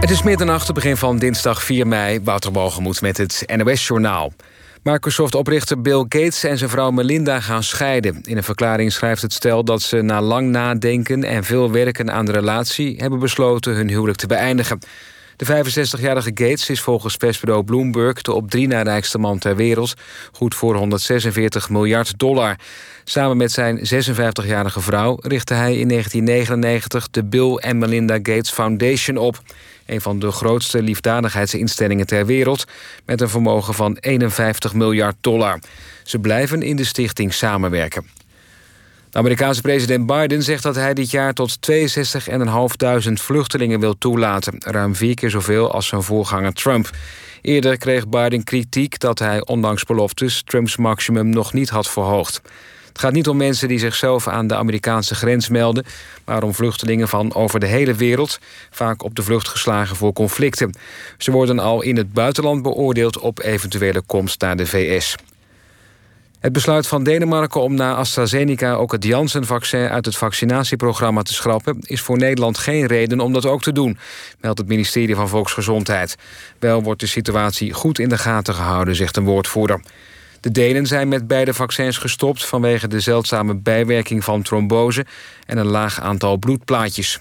Het is middernacht, het begin van dinsdag 4 mei. Wouter Bogemoed met het NOS-journaal. Microsoft-oprichter Bill Gates en zijn vrouw Melinda gaan scheiden. In een verklaring schrijft het stel dat ze na lang nadenken en veel werken aan de relatie hebben besloten hun huwelijk te beëindigen. De 65-jarige Gates is volgens persbureau Bloomberg de op 3 na rijkste man ter wereld, goed voor $146 miljard. Samen met zijn 56-jarige vrouw richtte hij in 1999 de Bill en Melinda Gates Foundation op. Een van de grootste liefdadigheidsinstellingen ter wereld, met een vermogen van $51 miljard. Ze blijven in de stichting samenwerken. De Amerikaanse president Biden zegt dat hij dit jaar tot 62.500 vluchtelingen wil toelaten. Ruim 4 keer zoveel als zijn voorganger Trump. Eerder kreeg Biden kritiek dat hij, ondanks beloftes, Trumps maximum nog niet had verhoogd. Het gaat niet om mensen die zichzelf aan de Amerikaanse grens melden, maar om vluchtelingen van over de hele wereld, vaak op de vlucht geslagen voor conflicten. Ze worden al in het buitenland beoordeeld op eventuele komst naar de VS. Het besluit van Denemarken om na AstraZeneca ook het Janssen-vaccin uit het vaccinatieprogramma te schrappen is voor Nederland geen reden om dat ook te doen, meldt het ministerie van Volksgezondheid. Wel wordt de situatie goed in de gaten gehouden, zegt een woordvoerder. De Denen zijn met beide vaccins gestopt vanwege de zeldzame bijwerking van trombose en een laag aantal bloedplaatjes.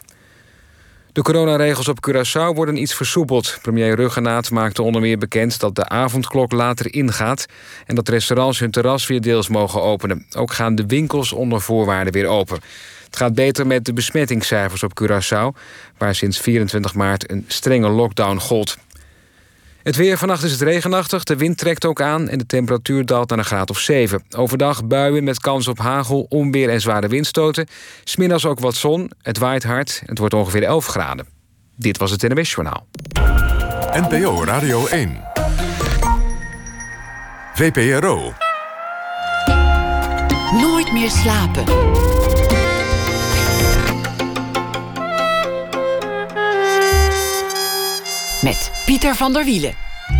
De coronaregels op Curaçao worden iets versoepeld. Premier Ruggenaat maakte onder meer bekend dat de avondklok later ingaat en dat restaurants hun terras weer deels mogen openen. Ook gaan de winkels onder voorwaarden weer open. Het gaat beter met de besmettingscijfers op Curaçao, waar sinds 24 maart een strenge lockdown gold. Het weer, vannacht is het regenachtig, de wind trekt ook aan en de temperatuur daalt naar een graad of 7. Overdag buien met kans op hagel, onweer en zware windstoten. 's Middags ook wat zon, het waait hard, het wordt ongeveer 11 graden. Dit was het NOS-journaal. NPO Radio 1. VPRO. Nooit meer slapen. Met Pieter van der Wielen.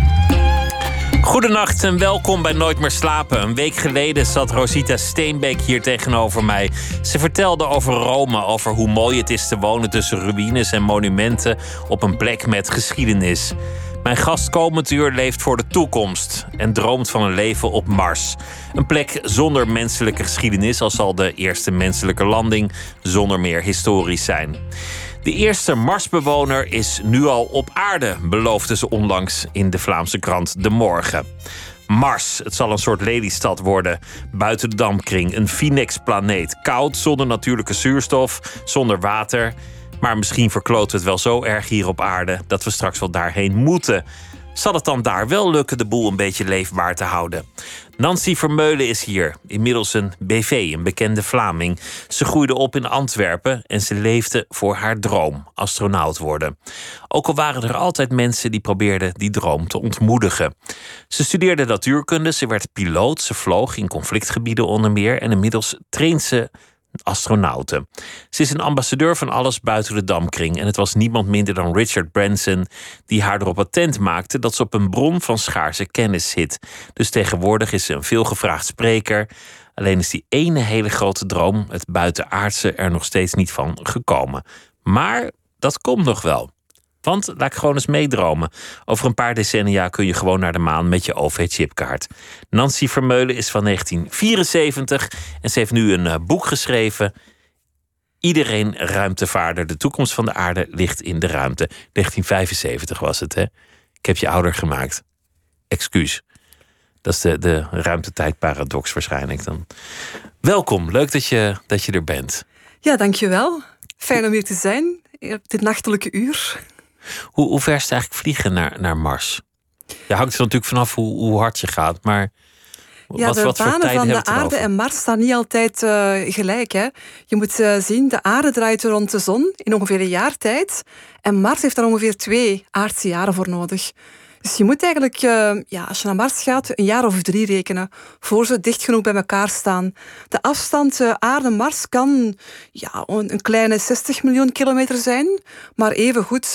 Goedenacht en welkom bij Nooit meer slapen. Een week geleden zat Rosita Steenbeek hier tegenover mij. Ze vertelde over Rome, over hoe mooi het is te wonen tussen ruïnes en monumenten op een plek met geschiedenis. Mijn gast komend uur leeft voor de toekomst en droomt van een leven op Mars. Een plek zonder menselijke geschiedenis, al zal de eerste menselijke landing zonder meer historisch zijn. De eerste Marsbewoner is nu al op aarde, beloofde ze onlangs in de Vlaamse krant De Morgen. Mars, het zal een soort Lelystad worden, buiten de dampkring. Een Phoenix-planeet, koud, zonder natuurlijke zuurstof, zonder water. Maar misschien verkloot het wel zo erg hier op aarde dat we straks wel daarheen moeten. Zal het dan daar wel lukken de boel een beetje leefbaar te houden? Nancy Vermeulen is hier, inmiddels een BV, een bekende Vlaming. Ze groeide op in Antwerpen en ze leefde voor haar droom, astronaut worden. Ook al waren er altijd mensen die probeerden die droom te ontmoedigen. Ze studeerde natuurkunde, ze werd piloot, ze vloog in conflictgebieden onder meer en inmiddels traint ze astronauten. Ze is een ambassadeur van alles buiten de dampkring en het was niemand minder dan Richard Branson die haar erop attent maakte dat ze op een bron van schaarse kennis zit. Dus tegenwoordig is ze een veelgevraagd spreker. Alleen is die ene hele grote droom, het buitenaardse, er nog steeds niet van gekomen. Maar dat komt nog wel. Want laat ik gewoon eens meedromen. Over een paar decennia kun je gewoon naar de maan met je OV-chipkaart. Nancy Vermeulen is van 1974 en ze heeft nu een boek geschreven. Iedereen ruimtevaarder. De toekomst van de aarde ligt in de ruimte. 1975 was het, hè? Ik heb je ouder gemaakt. Excuus. Dat is de ruimtetijdparadox waarschijnlijk dan. Welkom, leuk dat je er bent. Ja, dankjewel. Fijn om hier te zijn, op dit nachtelijke uur. Hoe ver is het eigenlijk vliegen naar Mars? Je hangt er natuurlijk vanaf hoe hard je gaat, maar ja, de banen van de aarde en Mars staan niet altijd gelijk. Hè. Je moet zien, de aarde draait rond de zon in ongeveer een jaar tijd. En Mars heeft daar ongeveer 2 aardse jaren voor nodig. Dus je moet eigenlijk, als je naar Mars gaat, een jaar of 3 rekenen voor ze dicht genoeg bij elkaar staan. De afstand aarde-Mars kan een kleine 60 miljoen kilometer zijn, maar evengoed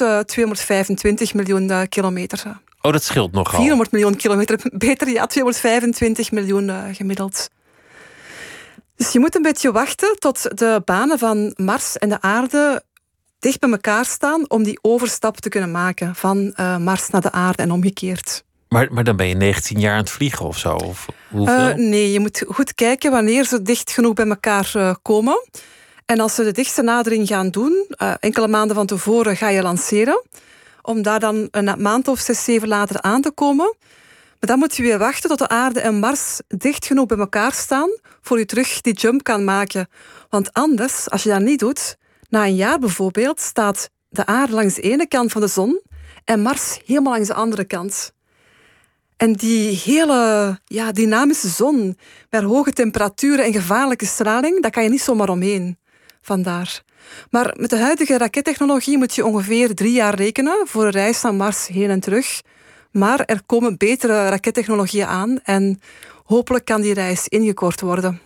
225 miljoen kilometer. Oh, dat scheelt nogal. 400 miljoen kilometer, beter, 225 miljoen gemiddeld. Dus je moet een beetje wachten tot de banen van Mars en de aarde dicht bij elkaar staan om die overstap te kunnen maken van Mars naar de aarde en omgekeerd. Maar dan ben je 19 jaar aan het vliegen of zo? Of hoeveel? Nee, je moet goed kijken wanneer ze dicht genoeg bij elkaar komen. En als ze de dichtste nadering gaan doen, enkele maanden van tevoren ga je lanceren, om daar dan een maand of 6, 7 later aan te komen. Maar dan moet je weer wachten tot de aarde en Mars dicht genoeg bij elkaar staan voor je terug die jump kan maken. Want anders, als je dat niet doet, na een jaar bijvoorbeeld, staat de aarde langs de ene kant van de zon en Mars helemaal langs de andere kant. En die hele dynamische zon, met hoge temperaturen en gevaarlijke straling, daar kan je niet zomaar omheen. Vandaar. Maar met de huidige rakettechnologie moet je ongeveer 3 jaar rekenen voor een reis naar Mars heen en terug. Maar er komen betere rakettechnologieën aan en hopelijk kan die reis ingekort worden.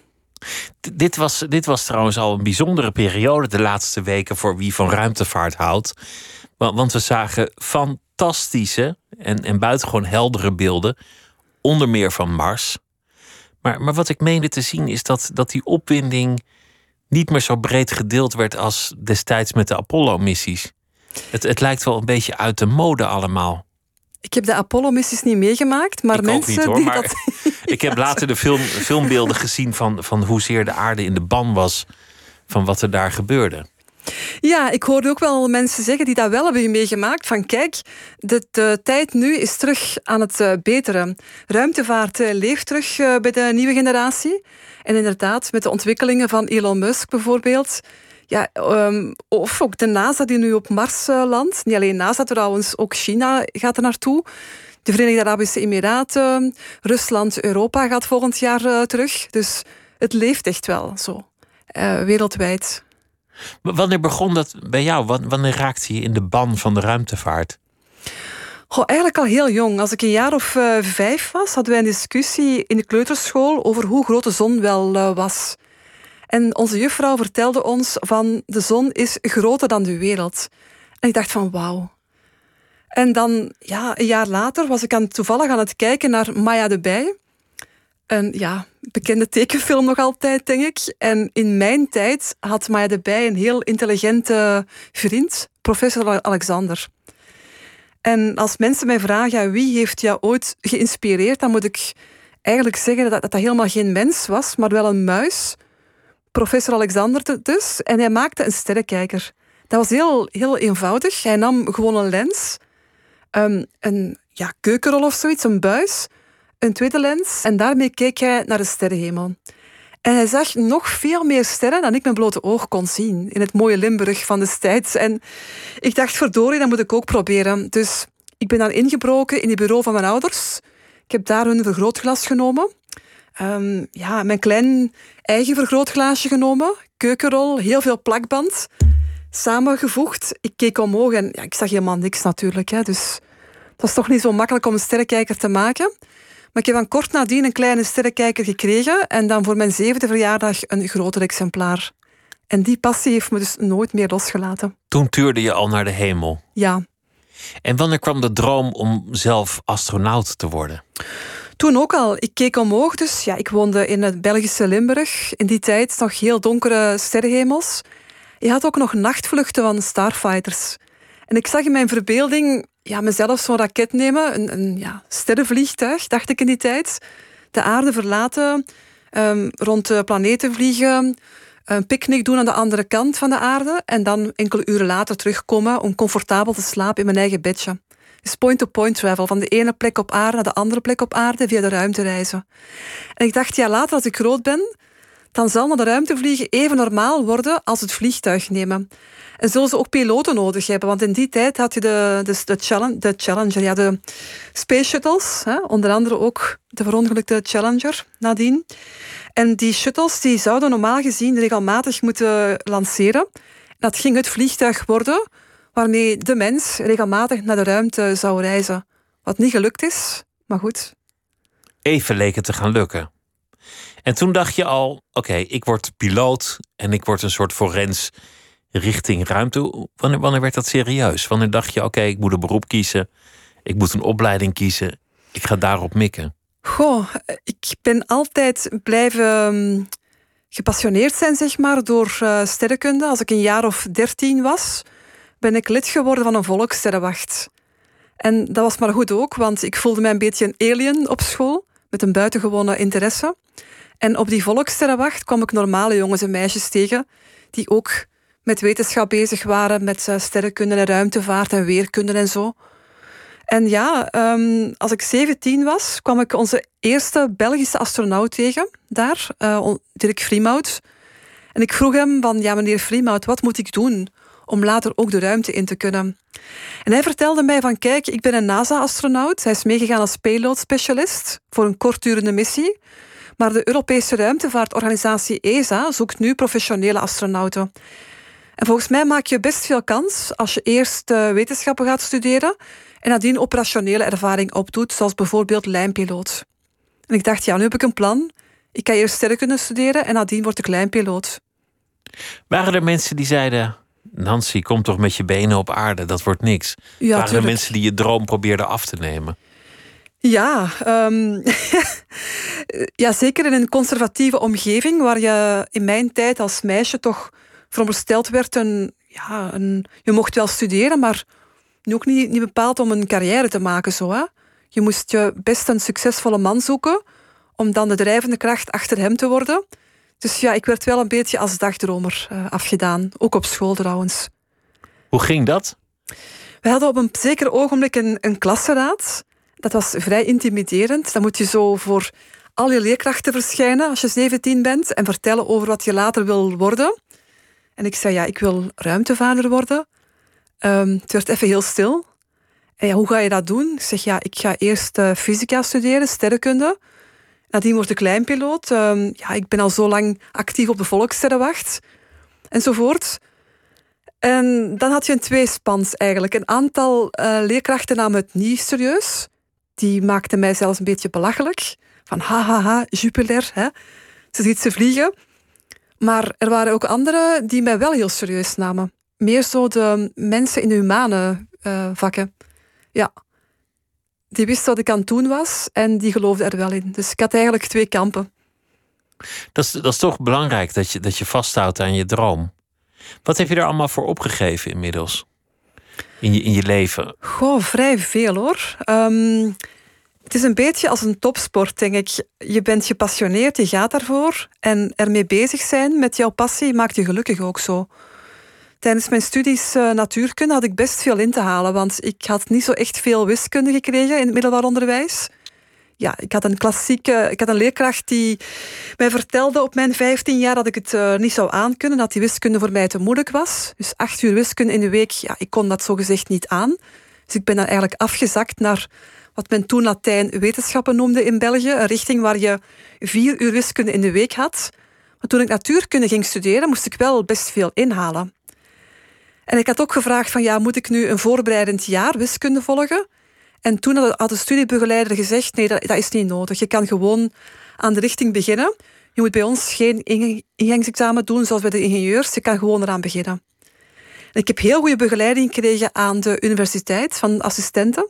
Dit was trouwens al een bijzondere periode de laatste weken voor wie van ruimtevaart houdt. Want we zagen fantastische en buitengewoon heldere beelden, onder meer van Mars. Maar wat ik meende te zien is dat die opwinding niet meer zo breed gedeeld werd als destijds met de Apollo-missies. Het lijkt wel een beetje uit de mode allemaal. Ik heb de Apollo-missies niet meegemaakt, maar ik mensen ook niet, hoor, die maar dat... Ik heb later de filmbeelden gezien van hoezeer de aarde in de ban was van wat er daar gebeurde. Ja, ik hoorde ook wel mensen zeggen die dat wel hebben meegemaakt. Van kijk, de tijd nu is terug aan het beteren. Ruimtevaart leeft terug bij de nieuwe generatie. En inderdaad, met de ontwikkelingen van Elon Musk bijvoorbeeld. Ja, of ook de NASA die nu op Mars landt. Niet alleen NASA trouwens, ook China gaat er naartoe. De Verenigde Arabische Emiraten, Rusland, Europa gaat volgend jaar terug. Dus het leeft echt wel zo, wereldwijd. Wanneer begon dat bij jou? Wanneer raakte je in de ban van de ruimtevaart? Eigenlijk al heel jong. Als ik een jaar of 5 was, hadden wij een discussie in de kleuterschool over hoe groot de zon wel was. En onze juffrouw vertelde ons van de zon is groter dan de wereld. En ik dacht van wauw. En dan, een jaar later was ik toevallig aan het kijken naar Maya de Bij. Een bekende tekenfilm nog altijd, denk ik. En in mijn tijd had Maya de Bij een heel intelligente vriend, professor Alexander. En als mensen mij vragen wie heeft jou ooit geïnspireerd, dan moet ik eigenlijk zeggen dat helemaal geen mens was, maar wel een muis. Professor Alexander dus. En hij maakte een sterrenkijker. Dat was heel, heel eenvoudig. Hij nam gewoon een lens, een keukenrol of zoiets, een buis, een tweede lens. En daarmee keek hij naar de sterrenhemel. En hij zag nog veel meer sterren dan ik met blote oog kon zien. In het mooie Limburg van destijds. En ik dacht, verdorie, dat moet ik ook proberen. Dus ik ben dan ingebroken in het bureau van mijn ouders. Ik heb daar hun vergrootglas genomen. Mijn klein eigen vergrootglaasje genomen. Keukenrol, heel veel plakband. Samengevoegd. Ik keek omhoog en ik zag helemaal niks natuurlijk. Hè. Dus het was toch niet zo makkelijk om een sterrenkijker te maken. Maar ik heb dan kort nadien een kleine sterrenkijker gekregen en dan voor mijn 7e verjaardag een groter exemplaar. En die passie heeft me dus nooit meer losgelaten. Toen tuurde je al naar de hemel? Ja. En wanneer kwam de droom om zelf astronaut te worden? Toen ook al. Ik keek omhoog dus. Ja, ik woonde in het Belgische Limburg. In die tijd nog heel donkere sterrenhemels. Je had ook nog nachtvluchten van starfighters. En ik zag in mijn verbeelding mezelf zo'n raket nemen. Een sterrenvliegtuig, dacht ik in die tijd. De aarde verlaten, rond de planeten vliegen, een picknick doen aan de andere kant van de aarde en dan enkele uren later terugkomen om comfortabel te slapen in mijn eigen bedje. Dus point-to-point travel, van de ene plek op aarde naar de andere plek op aarde via de ruimte reizen. En ik dacht, later als ik groot ben, dan zal naar de ruimte vliegen even normaal worden als het vliegtuig nemen. En zullen ze ook piloten nodig hebben, want in die tijd had je de Challenger, de Space Shuttles, onder andere ook de verongelukte Challenger nadien. En die shuttles die zouden normaal gezien regelmatig moeten lanceren. Dat ging het vliegtuig worden waarmee de mens regelmatig naar de ruimte zou reizen. Wat niet gelukt is, maar goed. Even leek het te gaan lukken. En toen dacht je al, oké, ik word piloot en ik word een soort forens richting ruimte. Wanneer werd dat serieus? Wanneer dacht je, oké, ik moet een beroep kiezen, ik moet een opleiding kiezen, ik ga daarop mikken? Goh, ik ben altijd blijven gepassioneerd zijn, zeg maar, door sterrenkunde. Als ik een jaar of 13 was, ben ik lid geworden van een volkssterrenwacht. En dat was maar goed ook, want ik voelde mij een beetje een alien op school, met een buitengewone interesse. En op die volkssterrenwacht kwam ik normale jongens en meisjes tegen, die ook met wetenschap bezig waren, met sterrenkunde en ruimtevaart en weerkunde en zo. En ja, als ik 17 was, kwam ik onze eerste Belgische astronaut tegen, daar, Dirk Vriemhout. En ik vroeg hem van, ja meneer Vriemhout, wat moet ik doen om later ook de ruimte in te kunnen? En hij vertelde mij van, kijk, ik ben een NASA-astronaut. Hij is meegegaan als payload-specialist voor een kortdurende missie. Maar de Europese ruimtevaartorganisatie ESA zoekt nu professionele astronauten. En volgens mij maak je best veel kans als je eerst wetenschappen gaat studeren en nadien operationele ervaring opdoet, zoals bijvoorbeeld lijnpiloot. En ik dacht, ja, nu heb ik een plan. Ik kan eerst sterrenkunde studeren en nadien word ik lijnpiloot. Waren er mensen die zeiden, Nancy, kom toch met je benen op aarde, dat wordt niks? Ja, waren er mensen die je droom probeerden af te nemen? Ja, ja, zeker in een conservatieve omgeving, waar je in mijn tijd als meisje toch verondersteld werd, je mocht wel studeren, maar nu ook niet bepaald om een carrière te maken. Zo, hè. Je moest je best een succesvolle man zoeken, om dan de drijvende kracht achter hem te worden. Dus ja, ik werd wel een beetje als dagdromer afgedaan. Ook op school trouwens. Hoe ging dat? We hadden op een zeker ogenblik een klassenraad. Dat was vrij intimiderend. Dan moet je zo voor al je leerkrachten verschijnen als je 17 bent en vertellen over wat je later wil worden. En ik zei, ja, ik wil ruimtevaarder worden. Het werd even heel stil. En ja, hoe ga je dat doen? Ik zeg, ja, ik ga eerst fysica studeren, sterrenkunde. Nadien word ik lijnpiloot. Ik ben al zo lang actief op de volkssterrenwacht. Enzovoort. En dan had je een tweespans eigenlijk. Een aantal leerkrachten namen het niet serieus. Die maakten mij zelfs een beetje belachelijk. Van ha, Jupiler, hè. Ze ziet ze vliegen. Maar er waren ook anderen die mij wel heel serieus namen. Meer zo de mensen in de humane vakken. Ja. Die wisten wat ik aan het doen was en die geloofden er wel in. Dus ik had eigenlijk twee kampen. Dat is toch belangrijk dat je vasthoudt aan je droom. Wat heb je er allemaal voor opgegeven inmiddels? In je leven? Goh, vrij veel hoor. Het is een beetje als een topsport, denk ik. Je bent gepassioneerd, je gaat daarvoor. En ermee bezig zijn met jouw passie maakt je gelukkig ook zo. Tijdens mijn studies natuurkunde had ik best veel in te halen, want ik had niet zo echt veel wiskunde gekregen in het middelbaar onderwijs. Ja, ik had een leerkracht die mij vertelde op mijn 15 jaar dat ik het niet zou aankunnen, dat die wiskunde voor mij te moeilijk was. Dus 8 uur wiskunde in de week, ja, ik kon dat zogezegd niet aan. Dus ik ben dan eigenlijk afgezakt naar wat men toen Latijn wetenschappen noemde in België, een richting waar je 4 uur wiskunde in de week had. Maar toen ik natuurkunde ging studeren, moest ik wel best veel inhalen. En ik had ook gevraagd van, ja, moet ik nu een voorbereidend jaar wiskunde volgen? En toen had de studiebegeleider gezegd, nee, dat is niet nodig. Je kan gewoon aan de richting beginnen. Je moet bij ons geen ingangsexamen doen, zoals bij de ingenieurs. Je kan gewoon eraan beginnen. En ik heb heel goede begeleiding gekregen aan de universiteit van assistenten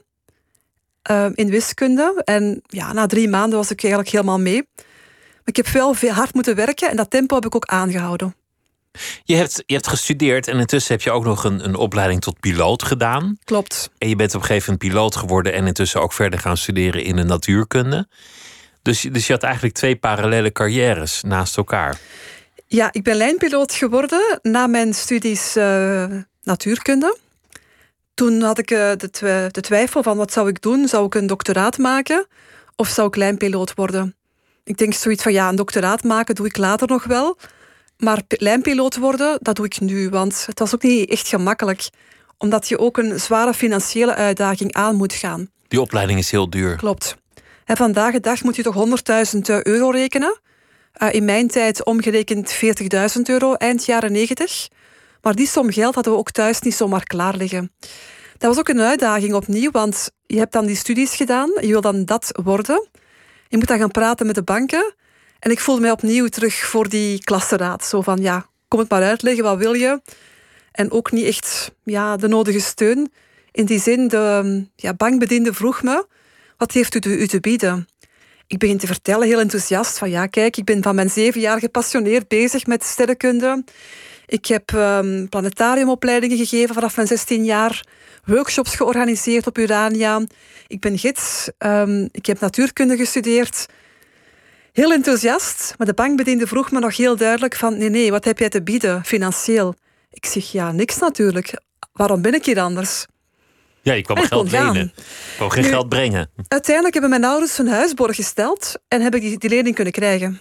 in wiskunde. En ja, na 3 maanden was ik eigenlijk helemaal mee. Maar ik heb wel veel hard moeten werken en dat tempo heb ik ook aangehouden. Je hebt gestudeerd en intussen heb je ook nog een opleiding tot piloot gedaan. Klopt. En je bent op een gegeven moment piloot geworden en intussen ook verder gaan studeren in de natuurkunde. Dus je had eigenlijk 2 parallele carrières naast elkaar. Ja, ik ben lijnpiloot geworden na mijn studies natuurkunde. Toen had ik de twijfel van wat zou ik doen? Zou ik een doctoraat maken of zou ik lijnpiloot worden? Ik denk zoiets van, ja, een doctoraat maken doe ik later nog wel. Maar lijnpiloot worden, dat doe ik nu. Want het was ook niet echt gemakkelijk. Omdat je ook een zware financiële uitdaging aan moet gaan. Die opleiding is heel duur. Klopt. En vandaag de dag moet je toch 100.000 euro rekenen. In mijn tijd omgerekend 40.000 euro, eind jaren 90. Maar die som geld hadden we ook thuis niet zomaar klaar liggen. Dat was ook een uitdaging opnieuw, want je hebt dan die studies gedaan. Je wil dan dat worden. Je moet dan gaan praten met de banken. En ik voelde mij opnieuw terug voor die klassenraad. Zo van, ja, kom het maar uitleggen, wat wil je? En ook niet echt de nodige steun. In die zin, de bankbediende vroeg me, wat heeft u te bieden? Ik begin te vertellen, heel enthousiast, van ja, kijk, ik ben van mijn 7 jaar gepassioneerd bezig met sterrenkunde. Ik heb planetariumopleidingen gegeven vanaf mijn 16 jaar. Workshops georganiseerd op Urania. Ik ben gids. Ik heb natuurkunde gestudeerd. Heel enthousiast. Maar de bankbediende vroeg me nog heel duidelijk van... Nee, wat heb jij te bieden, financieel? Ik zeg, ja, niks natuurlijk. Waarom ben ik hier anders? Ja, je kwam geld lenen. Je kwam geen geld brengen. Uiteindelijk hebben mijn ouders hun huisborg gesteld... en heb ik die lening kunnen krijgen.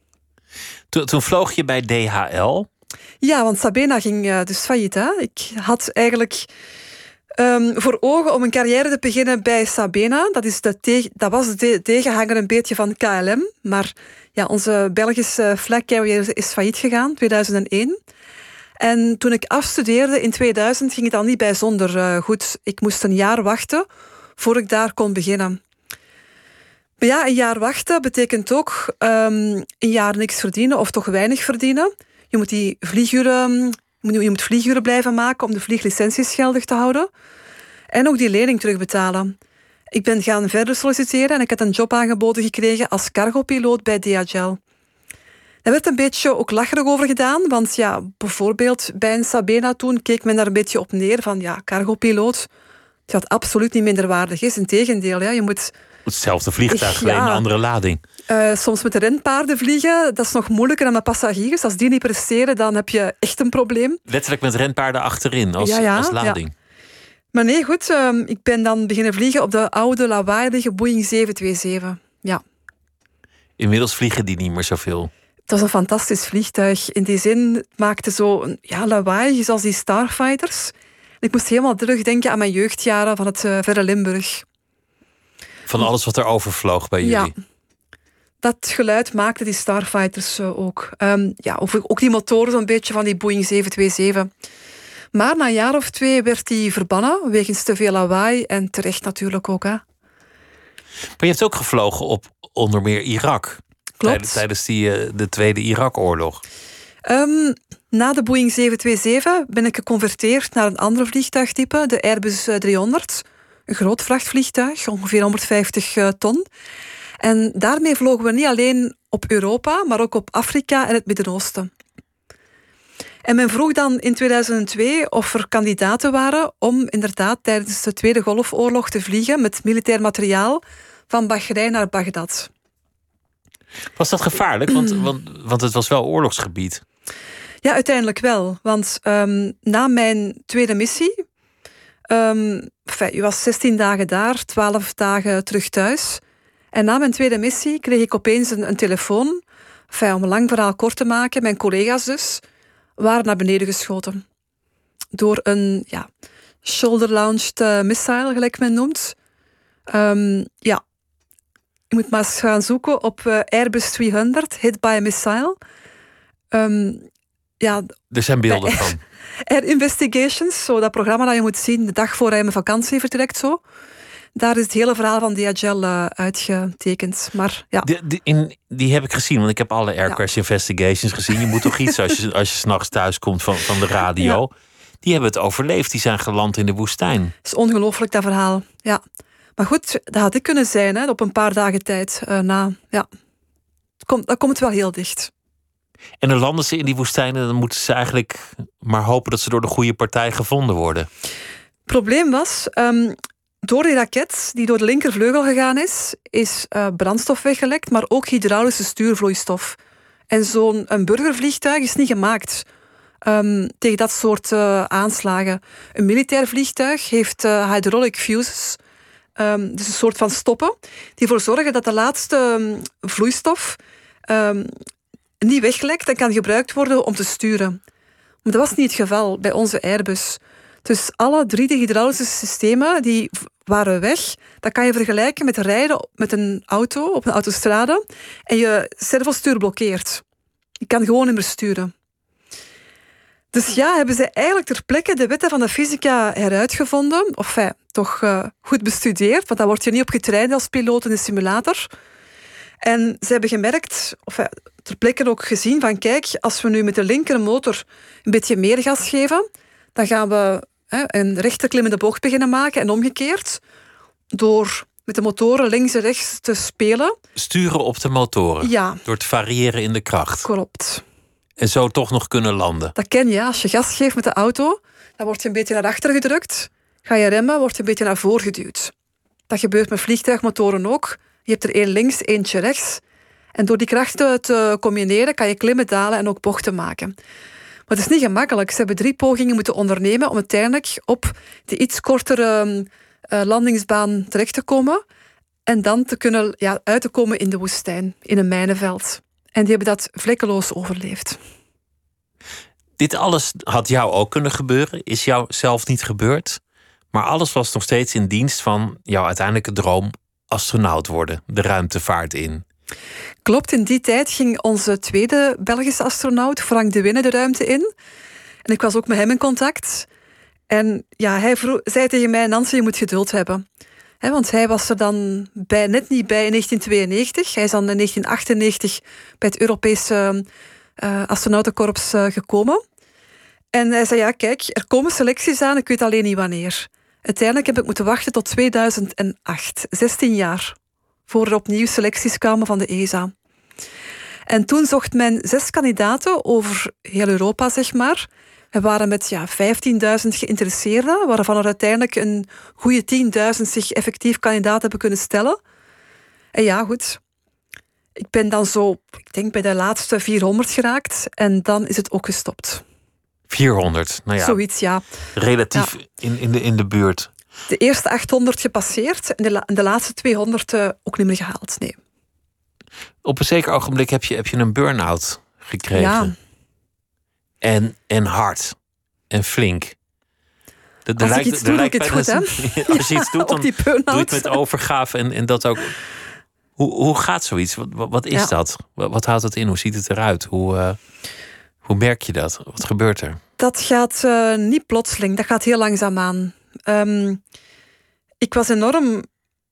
Toen vloog je bij DHL? Ja, want Sabena ging dus failliet. Hè? Ik had eigenlijk voor ogen om een carrière te beginnen bij Sabena. Dat was de tegenhanger een beetje van KLM. Maar ja, onze Belgische flag carrier is failliet gegaan, 2001. En toen ik afstudeerde in 2000 ging het al niet bijzonder goed. Ik moest een jaar wachten voor ik daar kon beginnen. Maar ja, een jaar wachten betekent ook een jaar niks verdienen of toch weinig verdienen. Je moet je moet vlieguren blijven maken om de vlieglicenties geldig te houden. En ook die lening terugbetalen. Ik ben gaan verder solliciteren en ik had een job aangeboden gekregen als cargopiloot bij DHL. Daar werd een beetje ook lacherig over gedaan, want ja, bijvoorbeeld bij een Sabena toen keek men daar een beetje op neer van ja, cargopiloot, dat absoluut niet minderwaardig is. Integendeel, ja, je moet... Hetzelfde vliegtuig, alleen een andere lading. Soms met de renpaarden vliegen, dat is nog moeilijker dan met passagiers. Als die niet presteren, dan heb je echt een probleem. Letterlijk met renpaarden achterin als lading. Ja. Maar nee, goed, ik ben dan beginnen vliegen op de oude lawaaierige Boeing 727. Ja. Inmiddels vliegen die niet meer zoveel. Het was een fantastisch vliegtuig. In die zin, het maakte zo lawaai, zoals die Starfighters. Ik moest helemaal terugdenken aan mijn jeugdjaren van het verre Limburg. Van alles wat er overvloog bij jullie? Ja. Dat geluid maakten die Starfighters ook. Ook die motoren zo'n beetje van die Boeing 727. Maar na een jaar of 2 werd die verbannen, wegens te veel lawaai. En terecht natuurlijk ook. Hè. Maar je hebt ook gevlogen op onder meer Irak. Klopt. Tijdens de Tweede Irak-oorlog. Na de Boeing 727 ben ik geconverteerd naar een ander vliegtuigtype, de Airbus 300. Een groot vrachtvliegtuig, ongeveer 150 ton. En daarmee vlogen we niet alleen op Europa, maar ook op Afrika en het Midden-Oosten. En men vroeg dan in 2002 of er kandidaten waren om inderdaad tijdens de Tweede Golfoorlog te vliegen met militair materiaal van Bahrein naar Bagdad. Was dat gevaarlijk? Want het was wel oorlogsgebied. Ja, uiteindelijk wel. Want na mijn tweede missie... je was 16 dagen daar, 12 dagen terug thuis. En na mijn tweede missie kreeg ik opeens een telefoon. Om een lang verhaal kort te maken, mijn collega's dus, waren naar beneden geschoten. Door een shoulder-launched missile, gelijk men noemt. Je moet maar eens gaan zoeken op Airbus 300, hit by a missile. Er zijn beelden van. Air Investigations, zo dat programma dat je moet zien de dag voor hij mijn vakantie vertrekt. Zo. Daar is het hele verhaal van DHL uitgetekend. Maar, ja. Die heb ik gezien, want ik heb alle Air Crash Investigations gezien. Je moet toch iets als je 's nachts thuis komt van de radio. Ja. Die hebben het overleefd, die zijn geland in de woestijn. Het is ongelooflijk, dat verhaal. Ja. Maar goed, dat had ik kunnen zijn, hè, op een paar dagen tijd na. Ja. Dat komt wel heel dicht. En dan landen ze in die woestijnen, dan moeten ze eigenlijk maar hopen dat ze door de goede partij gevonden worden. Het probleem was, door die raket die door de linkervleugel gegaan is brandstof weggelekt, maar ook hydraulische stuurvloeistof. En zo'n burgervliegtuig is niet gemaakt tegen dat soort aanslagen. Een militair vliegtuig heeft hydraulic fuses, dus een soort van stoppen, die ervoor zorgen dat de laatste vloeistof niet weglekt en kan gebruikt worden om te sturen. Maar dat was niet het geval bij onze Airbus. Dus alle 3 de hydraulische systemen die waren weg. Dat kan je vergelijken met rijden met een auto op een autostrade en je servostuur blokkeert. Je kan gewoon niet meer sturen. Dus ja, hebben ze eigenlijk ter plekke de wetten van de fysica heruitgevonden. Of toch goed bestudeerd, want daar word je niet op getraind als piloot in de simulator. En ze hebben gemerkt, ter plekke ook gezien, van kijk, als we nu met de linkermotor een beetje meer gas geven, dan gaan we een rechterklimmende bocht beginnen maken en omgekeerd. Door met de motoren links en rechts te spelen. Sturen op de motoren? Ja. Door te variëren in de kracht? Klopt. En zo toch nog kunnen landen. Dat ken je. Als je gas geeft met de auto, dan word je een beetje naar achter gedrukt. Ga je remmen, word je een beetje naar voren geduwd. Dat gebeurt met vliegtuigmotoren ook. Je hebt er één links, eentje rechts. En door die krachten te combineren kan je klimmen, dalen en ook bochten maken. Maar het is niet gemakkelijk. Ze hebben 3 pogingen moeten ondernemen om uiteindelijk op de iets kortere landingsbaan terecht te komen. En dan te kunnen uit te komen in de woestijn, in een mijnenveld. En die hebben dat vlekkeloos overleefd. Dit alles had jou ook kunnen gebeuren. Is jou zelf niet gebeurd. Maar alles was nog steeds in dienst van jouw uiteindelijke droom: astronaut worden, de ruimtevaart in. Klopt, in die tijd ging onze tweede Belgische astronaut, Frank de Winne, de ruimte in. En ik was ook met hem in contact. En ja, hij zei tegen mij: Nancy, je moet geduld hebben. Want hij was er dan net niet bij in 1992. Hij is dan in 1998 bij het Europese astronautenkorps gekomen. En hij zei: ja, kijk, er komen selecties aan, ik weet alleen niet wanneer. Uiteindelijk heb ik moeten wachten tot 2008, 16 jaar, voor er opnieuw selecties kwamen van de ESA. En toen zocht men 6 kandidaten over heel Europa, zeg maar. We waren met 15.000 geïnteresseerden, waarvan er uiteindelijk een goede 10.000 zich effectief kandidaat hebben kunnen stellen. En ja, goed. Ik ben dan zo, ik denk, bij de laatste 400 geraakt. En dan is het ook gestopt. 400, nou ja. Zoiets, ja. Relatief in de buurt. De eerste 800 gepasseerd en de laatste 200 ook niet meer gehaald, nee. Op een zeker ogenblik heb je een burn-out gekregen. Ja. En hard. En flink. Als ik iets doe, doe ik het goed, hè? Als je iets doet, dan doe je het met overgave en dat ook. Hoe gaat zoiets? Wat is dat? Wat houdt het in? Hoe ziet het eruit? Hoe merk je dat? Wat gebeurt er? Dat gaat niet plotseling. Dat gaat heel langzaamaan. Ik was enorm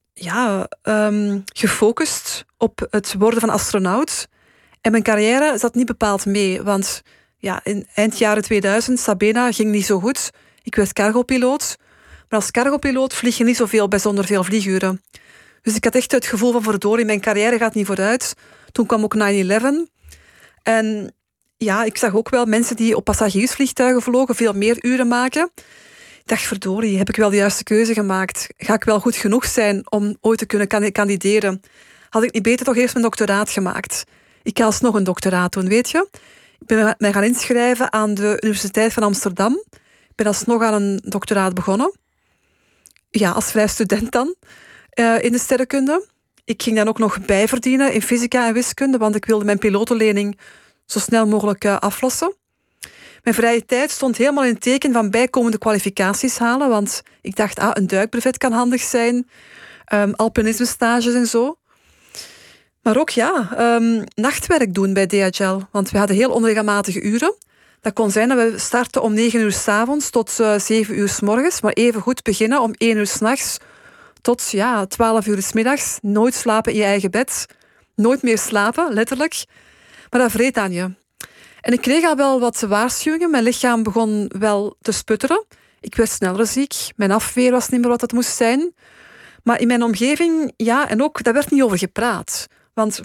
gefocust op het worden van astronaut. En mijn carrière zat niet bepaald mee. Want in eind jaren 2000, Sabena ging niet zo goed. Ik werd cargopiloot. Maar als cargopiloot vlieg je niet zoveel, bijzonder veel vlieguren. Dus ik had echt het gevoel van: verdorie, mijn carrière gaat niet vooruit. Toen kwam ook 9/11. En ja, ik zag ook wel mensen die op passagiersvliegtuigen vlogen veel meer uren maken. Ik dacht: verdorie, heb ik wel de juiste keuze gemaakt? Ga ik wel goed genoeg zijn om ooit te kunnen kandideren? Had ik niet beter toch eerst mijn doctoraat gemaakt? Ik ga alsnog een doctoraat doen, weet je? Ik ben mij gaan inschrijven aan de Universiteit van Amsterdam. Ik ben alsnog aan een doctoraat begonnen. Ja, als vrij student dan. In de sterrenkunde. Ik ging dan ook nog bijverdienen in fysica en wiskunde, want ik wilde mijn pilotenlening zo snel mogelijk aflossen. Mijn vrije tijd stond helemaal in het teken van bijkomende kwalificaties halen, want ik dacht: een duikbrevet kan handig zijn, alpinisme-stages en zo. Maar ook nachtwerk doen bij DHL, want we hadden heel onregelmatige uren. Dat kon zijn dat we starten om 9 uur 's avonds tot 7 uur 's morgens, maar even goed beginnen om 1 uur 's nachts tot 12 uur 's middags. Nooit slapen in je eigen bed. Nooit meer slapen, letterlijk. Maar dat vreet aan je. En ik kreeg al wel wat waarschuwingen. Mijn lichaam begon wel te sputteren. Ik werd sneller ziek. Mijn afweer was niet meer wat het moest zijn. Maar in mijn omgeving, en ook, daar werd niet over gepraat. Want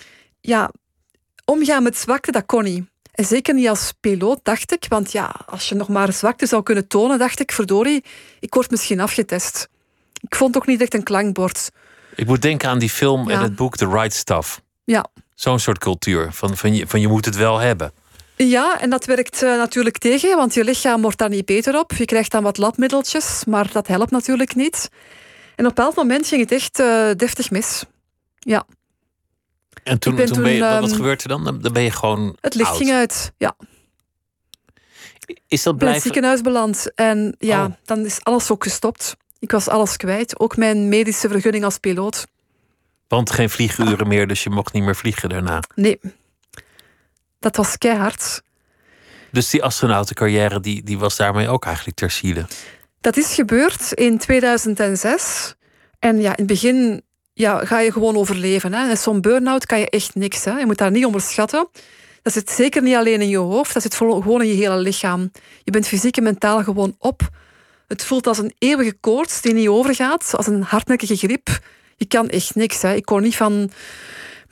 omgaan met zwakte, dat kon niet. En zeker niet als piloot, dacht ik. Want als je nog maar zwakte zou kunnen tonen, dacht ik: verdorie, ik word misschien afgetest. Ik vond ook niet echt een klankbord. Ik moet denken aan die film en het boek The Right Stuff. Ja. Zo'n soort cultuur, van je moet het wel hebben. Ja, en dat werkt natuurlijk tegen, want je lichaam wordt daar niet beter op. Je krijgt dan wat labmiddeltjes, maar dat helpt natuurlijk niet. En op een bepaald moment ging het echt deftig mis. Ja. En toen ben je, wat gebeurt er dan? Dan ben je gewoon het licht oud. Ging uit, ja. Is dat Ik ben in het ziekenhuis beland en dan is alles ook gestopt. Ik was alles kwijt, ook mijn medische vergunning als piloot. Want geen vlieguren meer, dus je mocht niet meer vliegen daarna. Nee, dat was keihard. Dus die astronautencarrière die was daarmee ook eigenlijk ter ziele? Dat is gebeurd in 2006. En in het begin ga je gewoon overleven. Hè. En zo'n burn-out kan je echt niks. Hè. Je moet daar niet onderschatten. Dat zit zeker niet alleen in je hoofd, dat zit gewoon in je hele lichaam. Je bent fysiek en mentaal gewoon op. Het voelt als een eeuwige koorts die niet overgaat, als een hardnekkige griep. Je kan echt niks. Hè. Ik kon niet van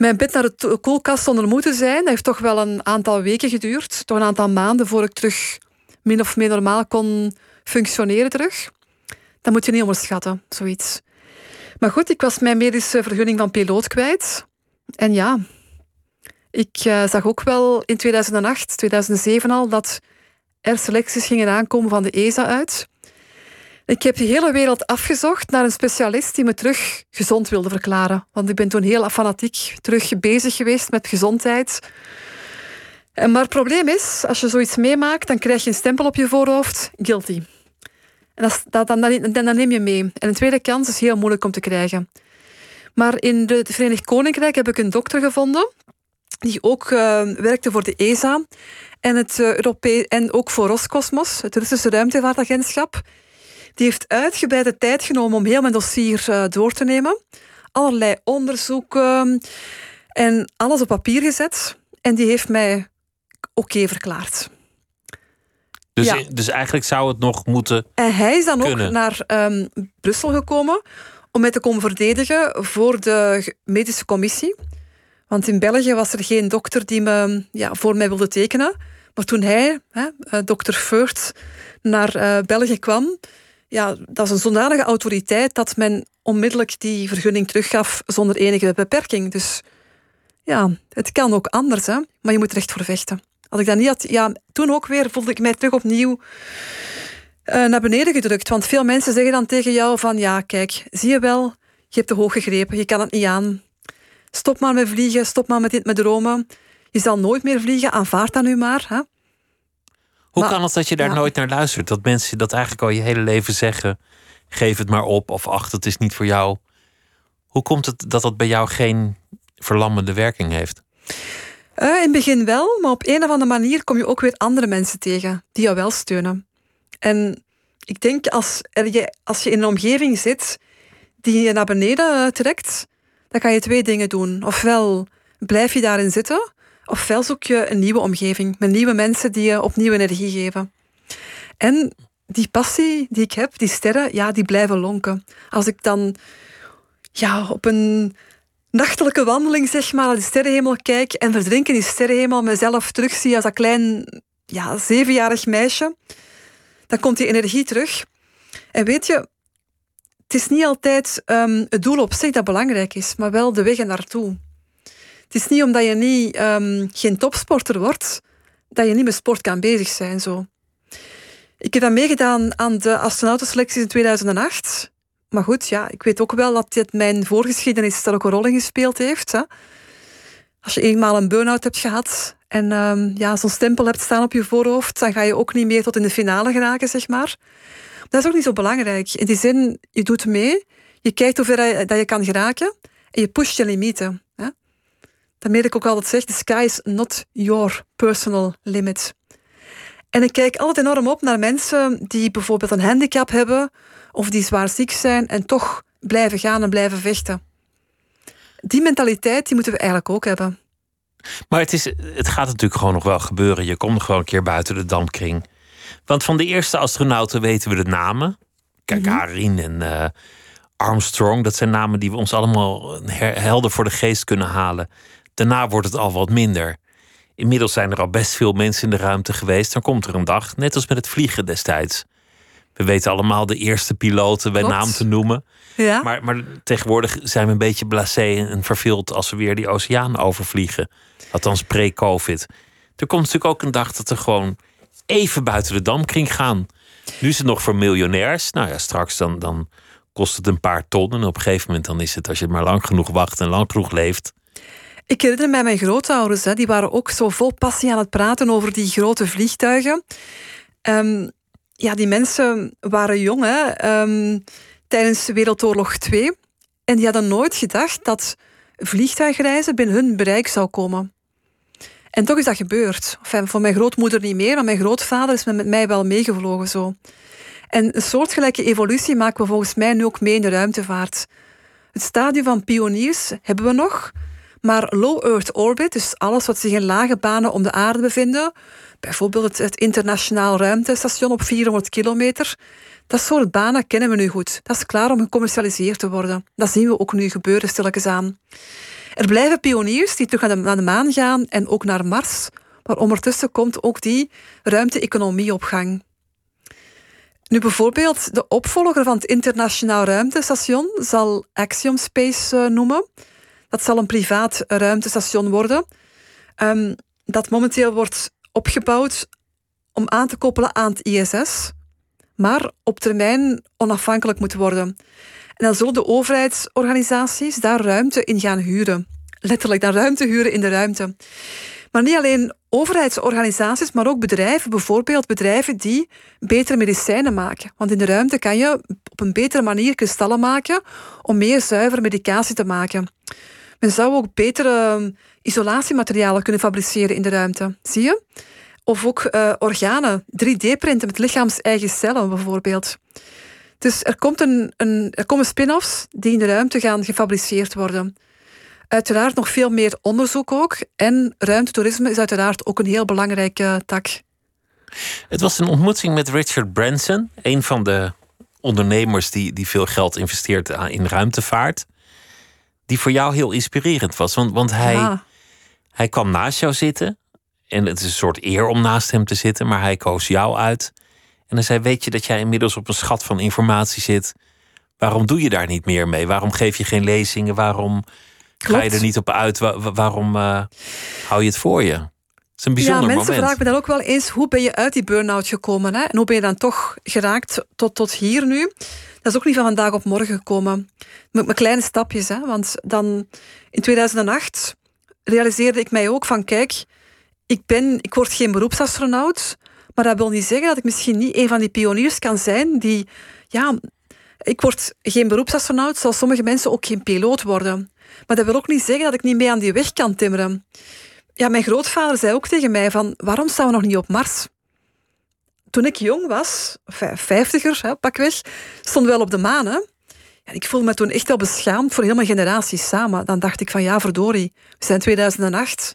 mijn bed naar de koelkast zonder moeten zijn. Dat heeft toch wel een aantal weken geduurd. Toch een aantal maanden voor ik terug min of meer normaal kon functioneren terug. Dat moet je niet onderschatten, zoiets. Maar goed, ik was mijn medische vergunning van piloot kwijt. En ja, ik zag ook wel in 2008, 2007 al, dat er selecties gingen aankomen van de ESA uit. Ik heb de hele wereld afgezocht naar een specialist die me terug gezond wilde verklaren. Want ik ben toen heel fanatiek terug bezig geweest met gezondheid. Maar het probleem is, als je zoiets meemaakt, dan krijg je een stempel op je voorhoofd, guilty. En dan neem je mee. En een tweede kans is heel moeilijk om te krijgen. Maar in het Verenigd Koninkrijk heb ik een dokter gevonden die ook werkte voor de ESA en ook voor Roscosmos, het Russische ruimtevaartagentschap. Die heeft uitgebreide tijd genomen om heel mijn dossier door te nemen. Allerlei onderzoeken en alles op papier gezet. En die heeft mij oké verklaard. Dus eigenlijk zou het nog moeten En hij is dan kunnen. Ook naar Brussel gekomen om mij te komen verdedigen voor de medische commissie. Want in België was er geen dokter die me voor mij wilde tekenen. Maar toen hij, dokter Feurt, naar België kwam, dat is een zodanige autoriteit dat men onmiddellijk die vergunning teruggaf zonder enige beperking. Dus ja, het kan ook anders, hè? Maar je moet er echt voor vechten. Als ik dat niet had, toen ook weer voelde ik mij terug opnieuw naar beneden gedrukt. Want veel mensen zeggen dan tegen jou van, ja, kijk, zie je wel, je hebt te hoog gegrepen, je kan het niet aan. Stop maar met vliegen, stop maar met dromen. Je zal nooit meer vliegen, aanvaard dat nu maar. Hè? Hoe kan het dat je daar nooit naar luistert? Dat mensen dat eigenlijk al je hele leven zeggen, geef het maar op, of ach, het is niet voor jou. Hoe komt het dat dat bij jou geen verlammende werking heeft? In het begin wel, maar op een of andere manier kom je ook weer andere mensen tegen die jou wel steunen. En ik denk, als je in een omgeving zit die je naar beneden trekt, dan kan je twee dingen doen. Ofwel blijf je daarin zitten, ofwel zoek je een nieuwe omgeving met nieuwe mensen die je opnieuw energie geven. En die passie die ik heb, die sterren, die blijven lonken. Als ik dan op een nachtelijke wandeling, zeg maar, naar die sterrenhemel kijk en verdrink in die sterrenhemel, mezelf terugzie als dat klein 7-jarig meisje, dan komt die energie terug. En weet je, het is niet altijd het doel op zich dat belangrijk is, maar wel de weg ernaartoe. Het is niet omdat je geen topsporter wordt, dat je niet met sport kan bezig zijn. Zo. Ik heb dat meegedaan aan de astronautenselecties in 2008. Maar goed, ik weet ook wel dat dit mijn voorgeschiedenis er ook een rol in gespeeld heeft. Hè. Als je eenmaal een burn-out hebt gehad en zo'n stempel hebt staan op je voorhoofd, dan ga je ook niet meer tot in de finale geraken, zeg maar. Dat is ook niet zo belangrijk. In die zin, je doet mee, je kijkt hoe ver dat je kan geraken en je pusht je limieten. Hè. Daarmee ik ook altijd zeg, the sky is not your personal limit. En ik kijk altijd enorm op naar mensen die bijvoorbeeld een handicap hebben of die zwaar ziek zijn en toch blijven gaan en blijven vechten. Die mentaliteit die moeten we eigenlijk ook hebben. Maar het gaat natuurlijk gewoon nog wel gebeuren. Je komt gewoon een keer buiten de dampkring. Want van de eerste astronauten weten we de namen. Gagarin en Armstrong. Dat zijn namen die we ons allemaal helder voor de geest kunnen halen. Daarna wordt het al wat minder. Inmiddels zijn er al best veel mensen in de ruimte geweest. Dan komt er een dag, net als met het vliegen destijds. We weten allemaal de eerste piloten bij naam te noemen. Ja. Maar tegenwoordig zijn we een beetje blasé en verveeld als we weer die oceaan overvliegen. Althans pre-COVID. Er komt natuurlijk ook een dag dat we gewoon even buiten de dampkring gaan. Nu is het nog voor miljonairs. Nou ja, straks dan kost het een paar ton. En op een gegeven moment dan is het, als je maar lang genoeg wacht en lang genoeg leeft. Ik herinner mij mijn grootouders, die waren ook zo vol passie aan het praten over die grote vliegtuigen. Die mensen waren jong, tijdens Wereldoorlog 2. En die hadden nooit gedacht dat vliegtuigreizen binnen hun bereik zou komen. En toch is dat gebeurd. Enfin, voor mijn grootmoeder niet meer, maar mijn grootvader is met mij wel meegevlogen zo. En een soortgelijke evolutie maken we volgens mij nu ook mee in de ruimtevaart. Het stadium van pioniers hebben we nog, maar low Earth orbit, dus alles wat zich in lage banen om de aarde bevinden, bijvoorbeeld het internationaal ruimtestation op 400 kilometer, dat soort banen kennen we nu goed. Dat is klaar om gecommercialiseerd te worden. Dat zien we ook nu gebeuren, stilletjes aan. Er blijven pioniers die terug naar de maan gaan en ook naar Mars. Maar ondertussen komt ook die ruimte-economie op gang. Nu bijvoorbeeld de opvolger van het internationaal ruimtestation zal Axiom Space noemen. Dat zal een privaat ruimtestation worden. Dat momenteel wordt opgebouwd om aan te koppelen aan het ISS. Maar op termijn onafhankelijk moet worden. En dan zullen de overheidsorganisaties daar ruimte in gaan huren. Letterlijk, dan ruimte huren in de ruimte. Maar niet alleen overheidsorganisaties, maar ook bedrijven. Bijvoorbeeld bedrijven die betere medicijnen maken. Want in de ruimte kan je op een betere manier kristallen maken om meer zuivere medicatie te maken. Men zou ook betere isolatiematerialen kunnen fabriceren in de ruimte. Zie je? Of ook organen, 3D-printen met lichaams-eigen cellen bijvoorbeeld. Dus er komen spin-offs die in de ruimte gaan gefabriceerd worden. Uiteraard nog veel meer onderzoek ook. En ruimtetoerisme is uiteraard ook een heel belangrijke tak. Het was een ontmoeting met Richard Branson, een van de ondernemers die veel geld investeert in ruimtevaart. Die voor jou heel inspirerend was. Want hij kwam naast jou zitten. En het is een soort eer om naast hem te zitten, maar hij koos jou uit. En hij zei, weet je dat jij inmiddels op een schat van informatie zit? Waarom doe je daar niet meer mee? Waarom geef je geen lezingen? Waarom ga je er niet op uit? Waarom hou je het voor je? Het is een bijzonder moment. Mensen vragen me dan ook wel eens, hoe ben je uit die burn-out gekomen? Hè? En hoe ben je dan toch geraakt tot hier nu? Dat is ook niet van vandaag op morgen gekomen. Met kleine stapjes. Hè? Want dan in 2008 realiseerde ik mij ook van, kijk, ik word geen beroepsastronaut, maar dat wil niet zeggen dat ik misschien niet een van die pioniers kan zijn die, ik word geen beroepsastronaut, zoals sommige mensen ook geen piloot worden. Maar dat wil ook niet zeggen dat ik niet mee aan die weg kan timmeren. Ja, mijn grootvader zei ook tegen mij van, waarom staan we nog niet op Mars? Toen ik jong was, 50er, pakweg, stonden we wel op de maan. Hè? Ja, ik voelde me toen echt wel beschaamd voor heel mijn generatie samen. Dan dacht ik van, ja, verdorie, we zijn 2008.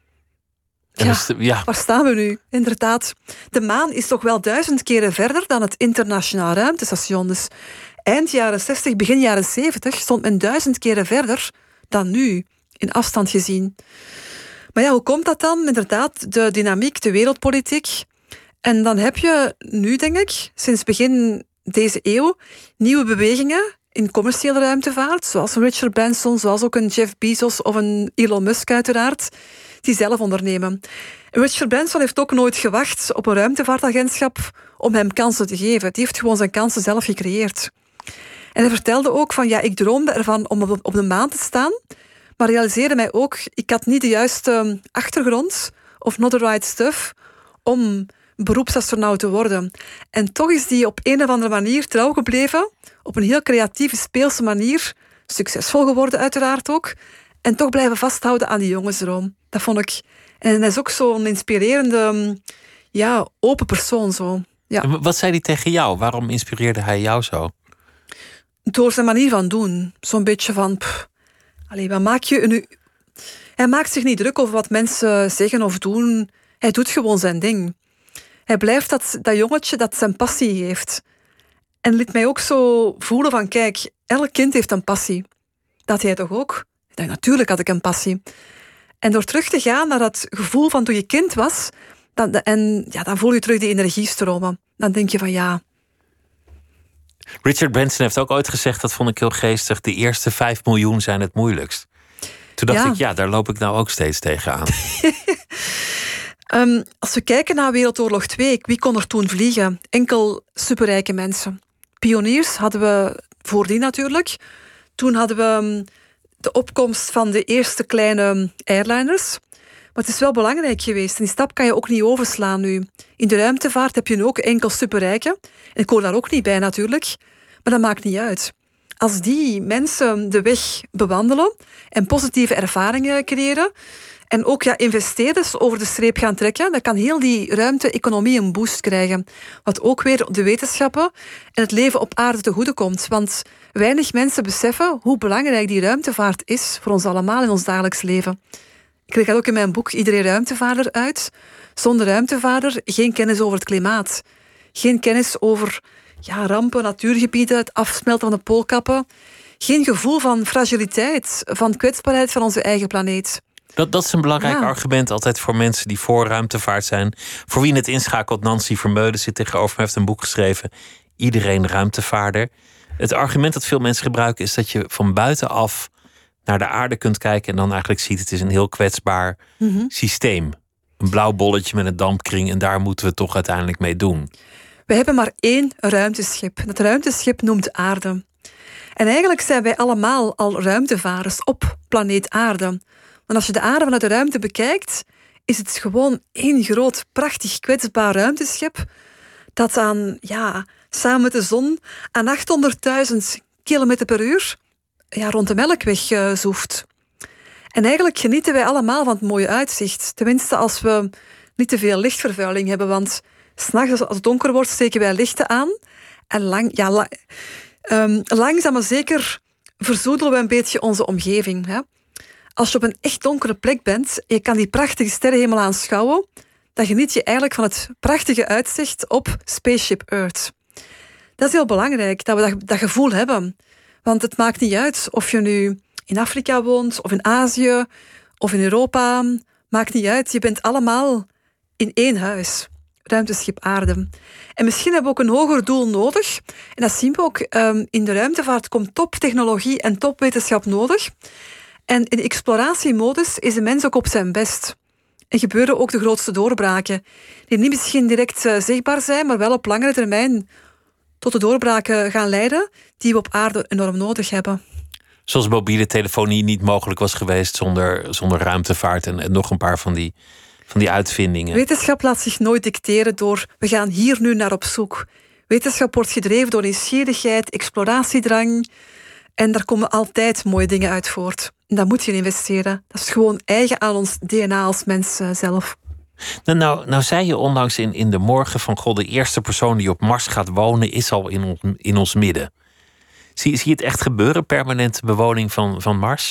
Waar staan we nu? Inderdaad. De maan is toch wel 1000 keren verder dan het internationaal ruimtestation. Dus eind jaren 60, begin jaren 70 stond men 1000 keren verder dan nu, in afstand gezien. Maar ja, hoe komt dat dan? Inderdaad, de dynamiek, de wereldpolitiek. En dan heb je nu, denk ik, sinds begin deze eeuw, nieuwe bewegingen in commerciële ruimtevaart, zoals een Richard Branson, zoals ook een Jeff Bezos of een Elon Musk uiteraard, die zelf ondernemen. Richard Branson heeft ook nooit gewacht op een ruimtevaartagentschap om hem kansen te geven. Die heeft gewoon zijn kansen zelf gecreëerd. En hij vertelde ook van, ik droomde ervan om op de maan te staan, maar realiseerde mij ook, ik had niet de juiste achtergrond of not the right stuff om beroepsastronaut te worden. En toch is die op een of andere manier trouw gebleven, op een heel creatieve, speelse manier, succesvol geworden uiteraard ook, en toch blijven vasthouden aan die jongensdroom. Dat vond ik. En hij is ook zo'n inspirerende, open persoon. Zo. Ja. En wat zei hij tegen jou? Waarom inspireerde hij jou zo? Door zijn manier van doen. Zo'n beetje van, wat maak je nu? Hij maakt zich niet druk over wat mensen zeggen of doen. Hij doet gewoon zijn ding. Hij blijft dat jongetje dat zijn passie heeft. En liet mij ook zo voelen van, kijk, elk kind heeft een passie. Dat hij toch ook? Natuurlijk had ik een passie. En door terug te gaan naar dat gevoel van toen je kind was, dan voel je terug die energie stromen. Dan denk je van ja. Richard Branson heeft ook ooit gezegd, dat vond ik heel geestig, de eerste 5 miljoen zijn het moeilijkst. Toen dacht ik, daar loop ik nou ook steeds tegenaan. Als we kijken naar Wereldoorlog 2, wie kon er toen vliegen? Enkel superrijke mensen. Pioniers hadden we voordien natuurlijk. Toen hadden we de opkomst van de eerste kleine airliners. Maar het is wel belangrijk geweest. En die stap kan je ook niet overslaan nu. In de ruimtevaart heb je nu ook enkel superrijken. En ik hoor daar ook niet bij natuurlijk. Maar dat maakt niet uit. Als die mensen de weg bewandelen en positieve ervaringen creëren en ook investeerders over de streep gaan trekken, dan kan heel die ruimte-economie een boost krijgen. Wat ook weer de wetenschappen en het leven op aarde te goede komt. Want weinig mensen beseffen hoe belangrijk die ruimtevaart is voor ons allemaal in ons dagelijks leven. Ik leg dat ook in mijn boek Iedere ruimtevaarder uit. Zonder ruimtevaarder geen kennis over het klimaat. Geen kennis over rampen, natuurgebieden, het afsmelten van de poolkappen. geen gevoel van fragiliteit, van kwetsbaarheid van onze eigen planeet. Dat is een belangrijk argument altijd voor mensen die voor ruimtevaart zijn. Voor wie het inschakelt, Nancy Vermeulen zit tegenover me, heeft een boek geschreven, Iedereen ruimtevaarder. Het argument dat veel mensen gebruiken is dat je van buitenaf naar de aarde kunt kijken en dan eigenlijk ziet het is een heel kwetsbaar systeem. Een blauw bolletje met een dampkring en daar moeten we het toch uiteindelijk mee doen. We hebben maar 1 ruimteschip. Dat ruimteschip noemt aarde. En eigenlijk zijn wij allemaal al ruimtevaarders op planeet aarde. Want als je de aarde vanuit de ruimte bekijkt, is het gewoon 1 groot, prachtig, kwetsbaar ruimteschip dat samen met de zon aan 800.000 kilometer per uur rond de Melkweg zoeft. En eigenlijk genieten wij allemaal van het mooie uitzicht. Tenminste, als we niet te veel lichtvervuiling hebben. Want 's nachts, als het donker wordt, steken wij lichten aan. En langzaam maar zeker verzoedelen we een beetje onze omgeving. Hè? Als je op een echt donkere plek bent en je kan die prachtige sterrenhemel aanschouwen, dan geniet je eigenlijk van het prachtige uitzicht op Spaceship Earth. Dat is heel belangrijk, dat we dat gevoel hebben. Want het maakt niet uit of je nu in Afrika woont, of in Azië, of in Europa. Maakt niet uit, je bent allemaal in 1 huis. Ruimteschip aarde. En misschien hebben we ook een hoger doel nodig. En dat zien we ook. In de ruimtevaart komt toptechnologie en topwetenschap nodig. En in de exploratiemodus is de mens ook op zijn best. En gebeuren ook de grootste doorbraken. Die niet misschien direct zichtbaar zijn, maar wel op langere termijn tot de doorbraken gaan leiden die we op aarde enorm nodig hebben. Zoals mobiele telefonie niet mogelijk was geweest zonder ruimtevaart en nog een paar van die uitvindingen. Wetenschap laat zich nooit dicteren door we gaan hier nu naar op zoek. Wetenschap wordt gedreven door nieuwsgierigheid, exploratiedrang. En daar komen altijd mooie dingen uit voort. En daar moet je in investeren. Dat is gewoon eigen aan ons DNA als mens zelf. Nou zei je onlangs in de morgen van de eerste persoon die op Mars gaat wonen is al in ons midden. Zie je het echt gebeuren, permanente bewoning van Mars?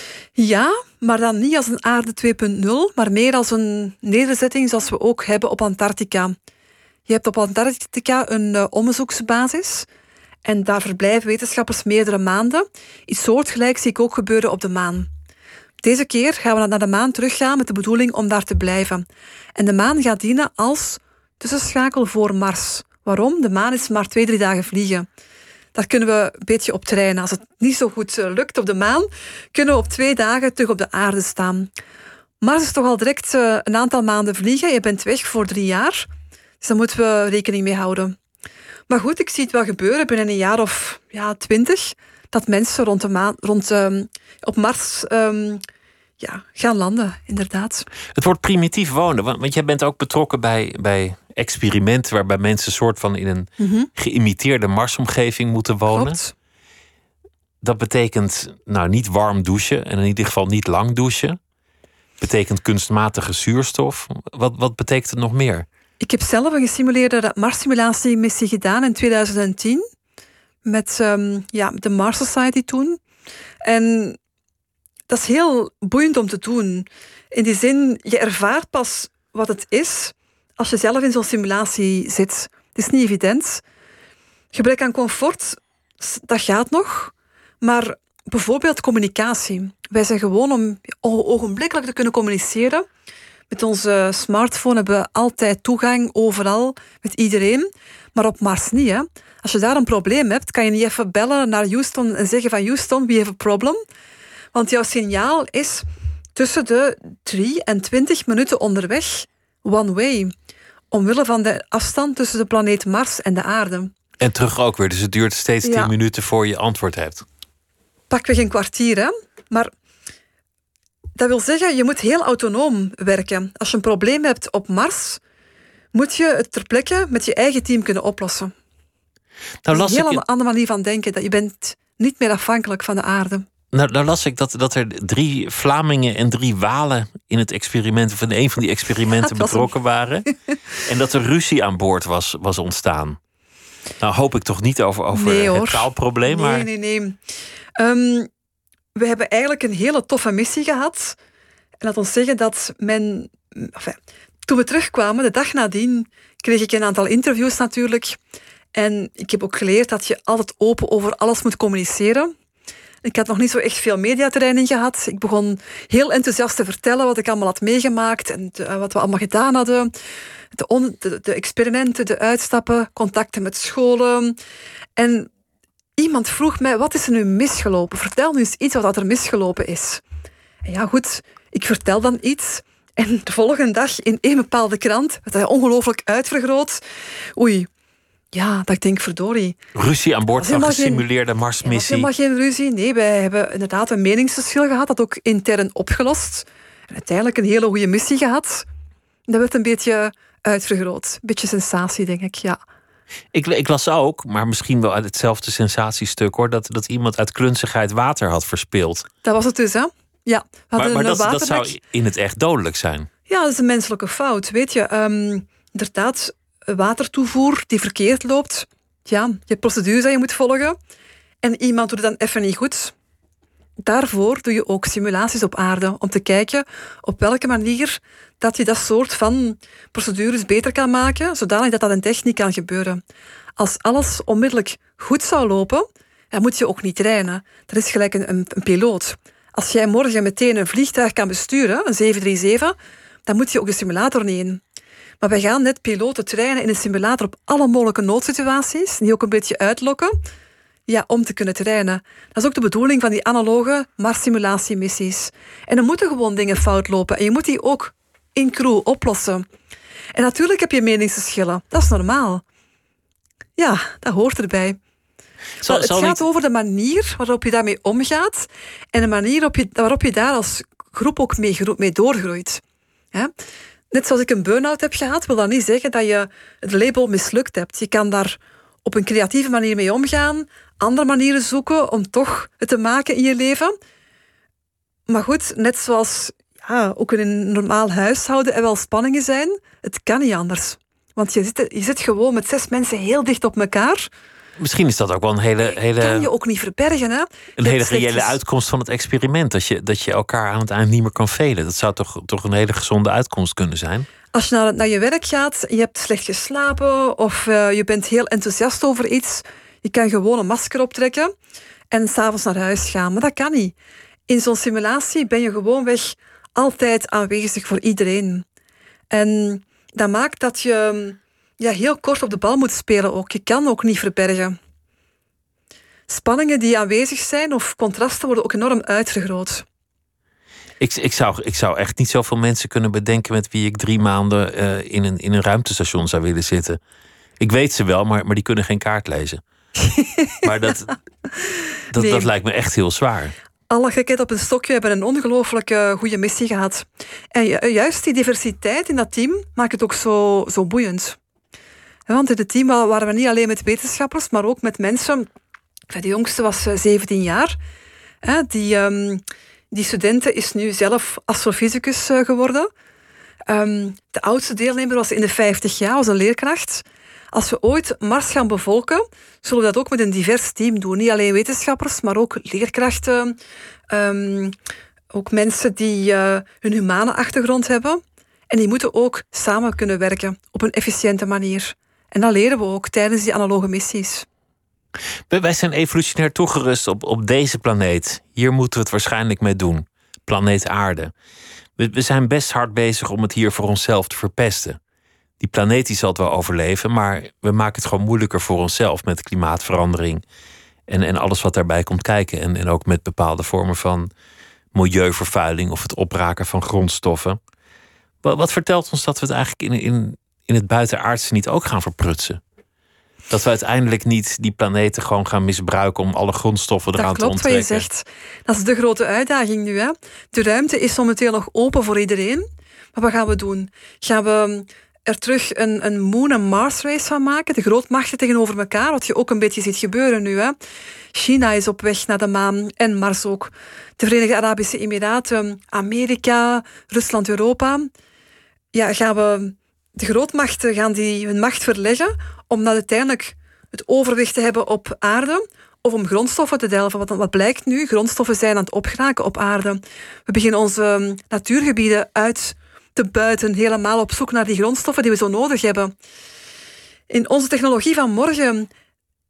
Ja, maar dan niet als een aarde 2.0, maar meer als een nederzetting zoals we ook hebben op Antarctica. Je hebt op Antarctica een onderzoeksbasis en daar verblijven wetenschappers meerdere maanden. Iets soortgelijks zie ik ook gebeuren op de maan. Deze keer gaan we naar de maan teruggaan met de bedoeling om daar te blijven. En de maan gaat dienen als tussenschakel voor Mars. Waarom? De maan is maar 2-3 dagen vliegen. Daar kunnen we een beetje op trainen. Als het niet zo goed lukt op de maan, kunnen we op 2 dagen terug op de aarde staan. Mars is toch al direct een aantal maanden vliegen. Je bent weg voor 3 jaar. Dus daar moeten we rekening mee houden. Maar goed, ik zie het wel gebeuren binnen een jaar of 20... dat mensen op Mars gaan landen, inderdaad. Het wordt primitief wonen, want jij bent ook betrokken bij experimenten waarbij mensen een soort van in een geïmiteerde Marsomgeving moeten wonen. Klopt. Dat betekent niet warm douchen en in ieder geval niet lang douchen. Betekent kunstmatige zuurstof. Wat betekent het nog meer? Ik heb zelf een gesimuleerde Mars-simulatiemissie gedaan in 2010. Met de Mars Society toen. En dat is heel boeiend om te doen. In die zin, je ervaart pas wat het is als je zelf in zo'n simulatie zit. Het is niet evident. Gebrek aan comfort, dat gaat nog. Maar bijvoorbeeld communicatie. Wij zijn gewoon om ogenblikkelijk te kunnen communiceren. Met onze smartphone hebben we altijd toegang, overal, met iedereen. Maar op Mars niet, hè. Als je daar een probleem hebt, kan je niet even bellen naar Houston en zeggen van Houston, we have a problem. Want jouw signaal is tussen de 3 en 20 minuten onderweg, one way. Omwille van de afstand tussen de planeet Mars en de aarde. En terug ook weer, dus het duurt steeds 10 minuten voor je antwoord hebt. Pakweg een kwartier, hè. Maar dat wil zeggen, je moet heel autonoom werken. Als je een probleem hebt op Mars, moet je het ter plekke met je eigen team kunnen oplossen. Dat is een hele andere manier van denken. Dat je bent niet meer afhankelijk van de aarde. Nou las ik dat er 3 Vlamingen en 3 Walen in het experiment, of in een van die experimenten betrokken waren. En dat er ruzie aan boord was ontstaan. Nou hoop ik toch niet over het taalprobleem. Nee. We hebben eigenlijk een hele toffe missie gehad. En laat ons zeggen dat toen we terugkwamen, de dag nadien, kreeg ik een aantal interviews natuurlijk. En ik heb ook geleerd dat je altijd open over alles moet communiceren. Ik had nog niet zo echt veel mediatraining gehad. Ik begon heel enthousiast te vertellen wat ik allemaal had meegemaakt en wat we allemaal gedaan hadden. De experimenten, de uitstappen, contacten met scholen. En iemand vroeg mij, wat is er nu misgelopen? Vertel nu eens iets wat er misgelopen is. En ja, goed, ik vertel dan iets. En de volgende dag in één bepaalde krant werd hij ongelooflijk uitvergroot. Oei. Ja, dat ik denk, verdorie. Ruzie aan boord van gesimuleerde Marsmissie. Ja, helemaal geen ruzie. Nee, wij hebben inderdaad een meningsverschil gehad, dat ook intern opgelost. En uiteindelijk een hele goede missie gehad. Dat werd een beetje uitvergroot. Een beetje sensatie, denk ik, ja. Ik las ook, maar misschien wel uit hetzelfde sensatiestuk, hoor, dat iemand uit klunzigheid water had verspild. Dat was het dus, hè? Ja. Maar dat zou in het echt dodelijk zijn. Ja, dat is een menselijke fout, weet je. Inderdaad, watertoevoer die verkeerd loopt. Ja, je hebt procedures die je moet volgen. En iemand doet het dan even niet goed. Daarvoor doe je ook simulaties op aarde. Om te kijken op welke manier dat je dat soort van procedures beter kan maken, zodanig dat in het echt niet kan gebeuren. Als alles onmiddellijk goed zou lopen, dan moet je ook niet trainen. Dat is gelijk een piloot. Als jij morgen meteen een vliegtuig kan besturen, een 737, dan moet je ook de simulator niet in. Maar wij gaan net piloten trainen in een simulator op alle mogelijke noodsituaties, die ook een beetje uitlokken, ja, om te kunnen trainen. Dat is ook de bedoeling van die analoge Mars-simulatiemissies. En dan moeten gewoon dingen fout lopen. En je moet die ook in crew oplossen. En natuurlijk heb je meningsverschillen. Dat is normaal. Ja, dat hoort erbij. Het gaat over de manier waarop je daarmee omgaat en de manier waarop je daar als groep ook mee doorgroeit. Ja? Net zoals ik een burn-out heb gehad, wil dat niet zeggen dat je het label mislukt hebt. Je kan daar op een creatieve manier mee omgaan, andere manieren zoeken om toch het te maken in je leven. Maar goed, net zoals ook in een normaal huishouden er wel spanningen zijn, het kan niet anders. Want je zit gewoon met 6 mensen heel dicht op elkaar. Misschien is dat ook wel een hele kan je ook niet verbergen, hè? Een hele reële uitkomst van het experiment. Dat je elkaar aan het eind niet meer kan velen. Dat zou toch een hele gezonde uitkomst kunnen zijn? Als je naar je werk gaat, je hebt slecht geslapen of je bent heel enthousiast over iets, je kan gewoon een masker optrekken en 's avonds naar huis gaan. Maar dat kan niet. In zo'n simulatie ben je gewoonweg altijd aanwezig voor iedereen. En dat maakt dat je heel kort op de bal moet spelen ook. Je kan ook niet verbergen. Spanningen die aanwezig zijn of contrasten worden ook enorm uitvergroot. Ik zou echt niet zoveel mensen kunnen bedenken met wie ik 3 maanden in een ruimtestation zou willen zitten. Ik weet ze wel, maar die kunnen geen kaart lezen. Maar dat lijkt me echt heel zwaar. Alle gekheid op een stokje hebben een ongelooflijk goede missie gehad. En juist die diversiteit in dat team maakt het ook zo boeiend. Want in het team waren we niet alleen met wetenschappers, maar ook met mensen. De jongste was 17 jaar. Die studente is nu zelf astrofysicus geworden. De oudste deelnemer was in de 50 jaar, was een leerkracht. Als we ooit Mars gaan bevolken, zullen we dat ook met een divers team doen. Niet alleen wetenschappers, maar ook leerkrachten. Ook mensen die een humane achtergrond hebben. En die moeten ook samen kunnen werken op een efficiënte manier. En dat leren we ook tijdens die analoge missies. Wij zijn evolutionair toegerust op deze planeet. Hier moeten we het waarschijnlijk mee doen. Planeet Aarde. We zijn best hard bezig om het hier voor onszelf te verpesten. Die planeet die zal het wel overleven, maar we maken het gewoon moeilijker voor onszelf met klimaatverandering en alles wat daarbij komt kijken. En ook met bepaalde vormen van milieuvervuiling of het opraken van grondstoffen. Wat vertelt ons dat we het eigenlijk in het buitenaardse niet ook gaan verprutsen? Dat we uiteindelijk niet die planeten gewoon gaan misbruiken om alle grondstoffen eraan te onttrekken. Dat klopt wat je zegt. Dat is de grote uitdaging nu. Hè? De ruimte is momenteel nog open voor iedereen. Maar wat gaan we doen? Gaan we er terug een Moon- en Mars-race van maken? De grootmachten tegenover elkaar, wat je ook een beetje ziet gebeuren nu. Hè? China is op weg naar de maan en Mars ook. De Verenigde Arabische Emiraten, Amerika, Rusland, Europa. Ja, gaan we de grootmachten hun macht verleggen om dan uiteindelijk het overwicht te hebben op aarde of om grondstoffen te delven. Wat blijkt nu? Grondstoffen zijn aan het opgeraken op aarde. We beginnen onze natuurgebieden uit te buiten, helemaal op zoek naar die grondstoffen die we zo nodig hebben. In onze technologie van morgen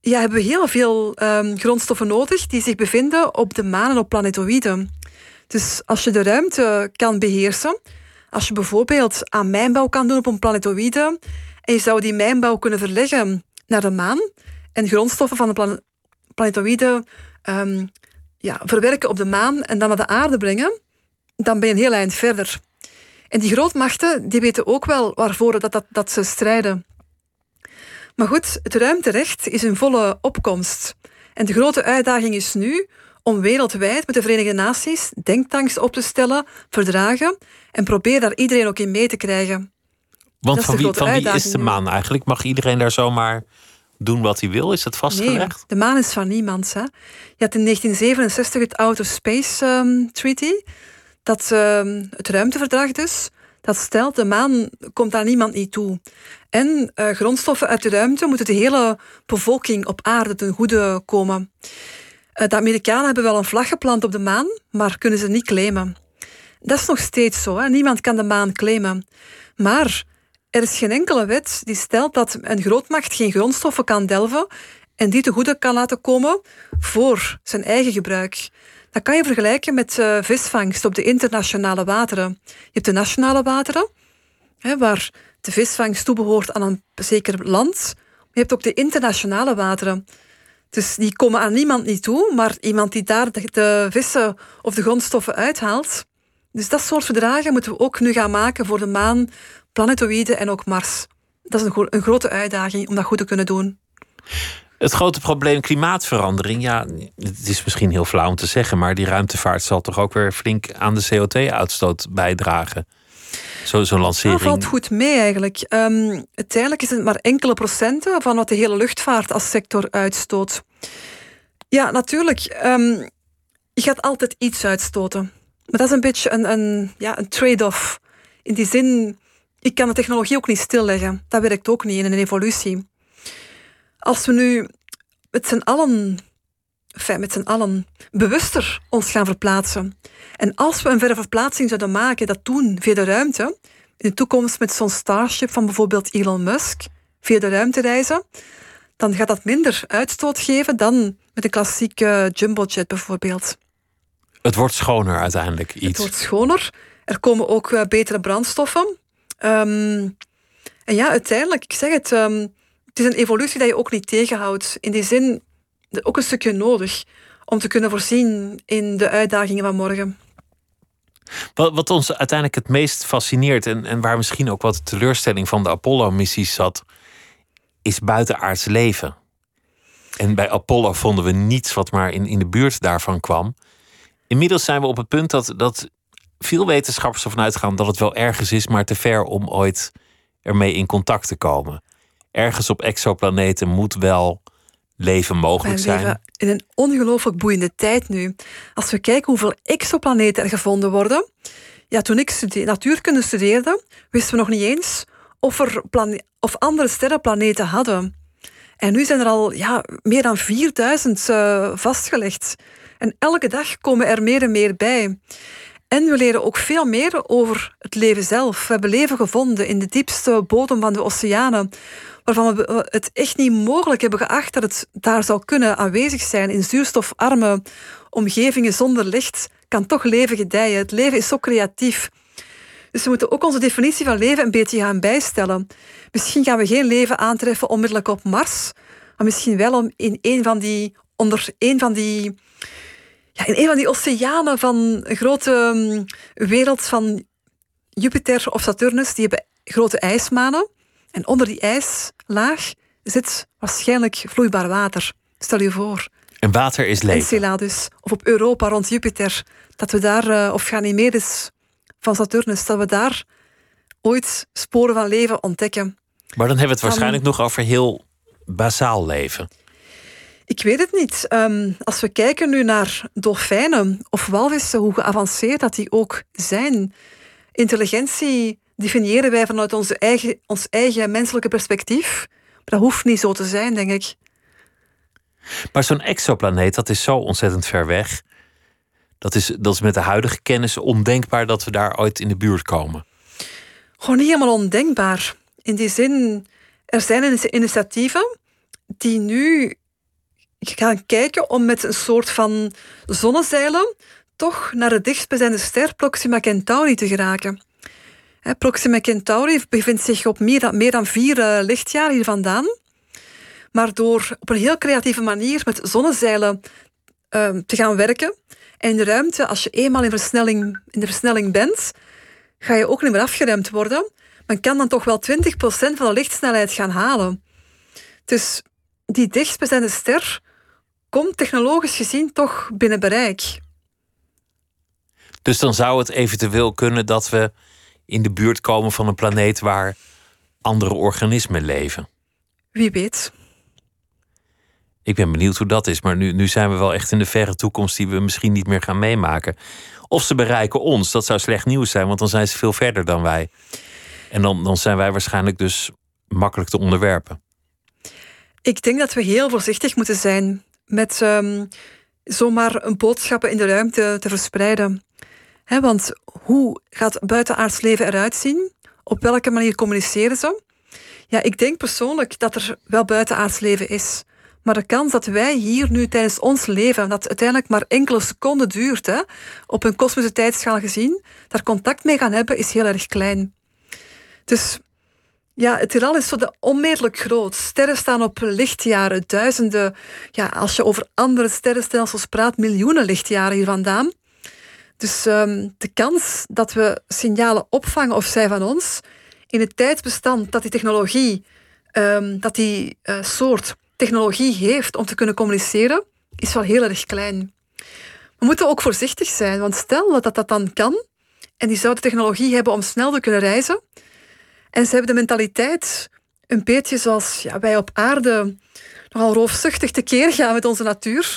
hebben we heel veel grondstoffen nodig die zich bevinden op de maan en op planetoïden. Dus als je de ruimte kan beheersen, als je bijvoorbeeld aan mijnbouw kan doen op een planetoïde en je zou die mijnbouw kunnen verleggen naar de maan en grondstoffen van de planetoïde verwerken op de maan en dan naar de aarde brengen, dan ben je een heel eind verder. En die grootmachten die weten ook wel waarvoor dat ze strijden. Maar goed, het ruimterecht is in volle opkomst. En de grote uitdaging is nu om wereldwijd met de Verenigde Naties denktanks op te stellen, verdragen en probeer daar iedereen ook in mee te krijgen. Want van wie is de maan eigenlijk? Mag iedereen daar zomaar doen wat hij wil? Is dat vastgelegd? Nee, de maan is van niemand. Hè. Je had in 1967 het Outer Space Treaty, het ruimteverdrag dus. Dat stelt, de maan komt aan niemand niet toe. En grondstoffen uit de ruimte moeten de hele bevolking op aarde ten goede komen. De Amerikanen hebben wel een vlag geplant op de maan, maar kunnen ze niet claimen. Dat is nog steeds zo. Hè? Niemand kan de maan claimen. Maar er is geen enkele wet die stelt dat een grootmacht geen grondstoffen kan delven en die te goede kan laten komen voor zijn eigen gebruik. Dat kan je vergelijken met visvangst op de internationale wateren. Je hebt de nationale wateren, waar de visvangst toebehoort aan een zeker land. Maar je hebt ook de internationale wateren. Dus die komen aan niemand niet toe, maar iemand die daar de vissen of de grondstoffen uithaalt. Dus dat soort verdragen moeten we ook nu gaan maken voor de maan, planetoïden en ook Mars. Dat is een grote uitdaging om dat goed te kunnen doen. Het grote probleem klimaatverandering, ja, het is misschien heel flauw om te zeggen, maar die ruimtevaart zal toch ook weer flink aan de CO2-uitstoot bijdragen. Zo'n lancering. Dat valt goed mee eigenlijk. Uiteindelijk is het maar enkele procenten van wat de hele luchtvaart als sector uitstoot. Ja, natuurlijk. Je gaat altijd iets uitstoten. Maar dat is een beetje een trade-off. In die zin, ik kan de technologie ook niet stilleggen. Dat werkt ook niet in een evolutie. Als we nu met z'n allen bewuster ons gaan verplaatsen. En als we een verre verplaatsing zouden maken, dat doen via de ruimte, in de toekomst met zo'n Starship van bijvoorbeeld Elon Musk, via de ruimte reizen, dan gaat dat minder uitstoot geven dan met een klassieke jumbojet bijvoorbeeld. Het wordt schoner uiteindelijk iets. Het wordt schoner. Er komen ook betere brandstoffen. En ja, uiteindelijk, ik zeg het, het is een evolutie dat je ook niet tegenhoudt. In die zin, ook een stukje nodig om te kunnen voorzien in de uitdagingen van morgen. Wat ons uiteindelijk het meest fascineert en waar misschien ook wat teleurstelling van de Apollo-missies zat, is buitenaards leven. En bij Apollo vonden we niets wat maar in de buurt daarvan kwam. Inmiddels zijn we op het punt dat veel wetenschappers ervan uitgaan dat het wel ergens is, maar te ver om ooit ermee in contact te komen. Ergens op exoplaneten moet wel leven mogelijk zijn. We leven in een ongelooflijk boeiende tijd nu. Als we kijken hoeveel exoplaneten er gevonden worden. Ja, toen ik natuurkunde studeerde, wisten we nog niet eens of andere sterren planeten hadden. En nu zijn er al meer dan 4000 vastgelegd. En elke dag komen er meer en meer bij. En we leren ook veel meer over het leven zelf. We hebben leven gevonden in de diepste bodem van de oceanen, waarvan we het echt niet mogelijk hebben geacht dat het daar zou kunnen aanwezig zijn. In zuurstofarme omgevingen zonder licht kan toch leven gedijen. Het leven is zo creatief. Dus we moeten ook onze definitie van leven een beetje gaan bijstellen. Misschien gaan we geen leven aantreffen onmiddellijk op Mars, maar misschien wel in een van die oceanen van een grote wereld van Jupiter of Saturnus. Die hebben grote ijsmanen. En onder die ijslaag zit waarschijnlijk vloeibaar water. Stel je voor. En water is leven. Enceladus. Of op Europa rond Jupiter. Dat we daar, of Ganymedes van Saturnus, dat we daar ooit sporen van leven ontdekken. Maar dan hebben we het waarschijnlijk nog over heel basaal leven. Ik weet het niet. Als we kijken nu naar dolfijnen of walvissen, hoe geavanceerd dat die ook zijn. Intelligentie definiëren wij vanuit ons eigen menselijke perspectief. Maar dat hoeft niet zo te zijn, denk ik. Maar zo'n exoplaneet, dat is zo ontzettend ver weg. Dat is met de huidige kennis ondenkbaar dat we daar ooit in de buurt komen. Gewoon niet helemaal ondenkbaar. In die zin, er zijn initiatieven die nu gaan kijken om met een soort van zonnezeilen toch naar de dichtstbijzijnde ster Proxima Centauri te geraken. Proxima Centauri bevindt zich op meer dan 4 lichtjaar hier vandaan. Maar door op een heel creatieve manier met zonnezeilen te gaan werken en in de ruimte, als je eenmaal in de versnelling bent, ga je ook niet meer afgeremd worden. Men kan dan toch wel 20% van de lichtsnelheid gaan halen. Dus die dichtstbijzijnde ster komt technologisch gezien toch binnen bereik. Dus dan zou het eventueel kunnen dat we in de buurt komen van een planeet waar andere organismen leven. Wie weet. Ik ben benieuwd hoe dat is, maar nu zijn we wel echt in de verre toekomst die we misschien niet meer gaan meemaken. Of ze bereiken ons, dat zou slecht nieuws zijn, want dan zijn ze veel verder dan wij. En dan zijn wij waarschijnlijk dus makkelijk te onderwerpen. Ik denk dat we heel voorzichtig moeten zijn met zomaar een boodschappen in de ruimte te verspreiden. Want hoe gaat buitenaards leven eruit zien? Op welke manier communiceren ze? Ja, ik denk persoonlijk dat er wel buitenaards leven is. Maar de kans dat wij hier nu tijdens ons leven, dat uiteindelijk maar enkele seconden duurt, op een kosmische tijdschaal gezien, daar contact mee gaan hebben, is heel erg klein. Dus ja, het heelal is zo onmetelijk groot. Sterren staan op lichtjaren, duizenden. Ja, als je over andere sterrenstelsels praat, miljoenen lichtjaren hier vandaan. Dus de kans dat we signalen opvangen of zij van ons, in het tijdsbestand dat die technologie, dat die soort technologie heeft om te kunnen communiceren, is wel heel erg klein. We moeten ook voorzichtig zijn, want stel dat dan kan, en die zouden technologie hebben om snel te kunnen reizen, en ze hebben de mentaliteit een beetje zoals wij op aarde nogal roofzuchtig tekeer gaan met onze natuur.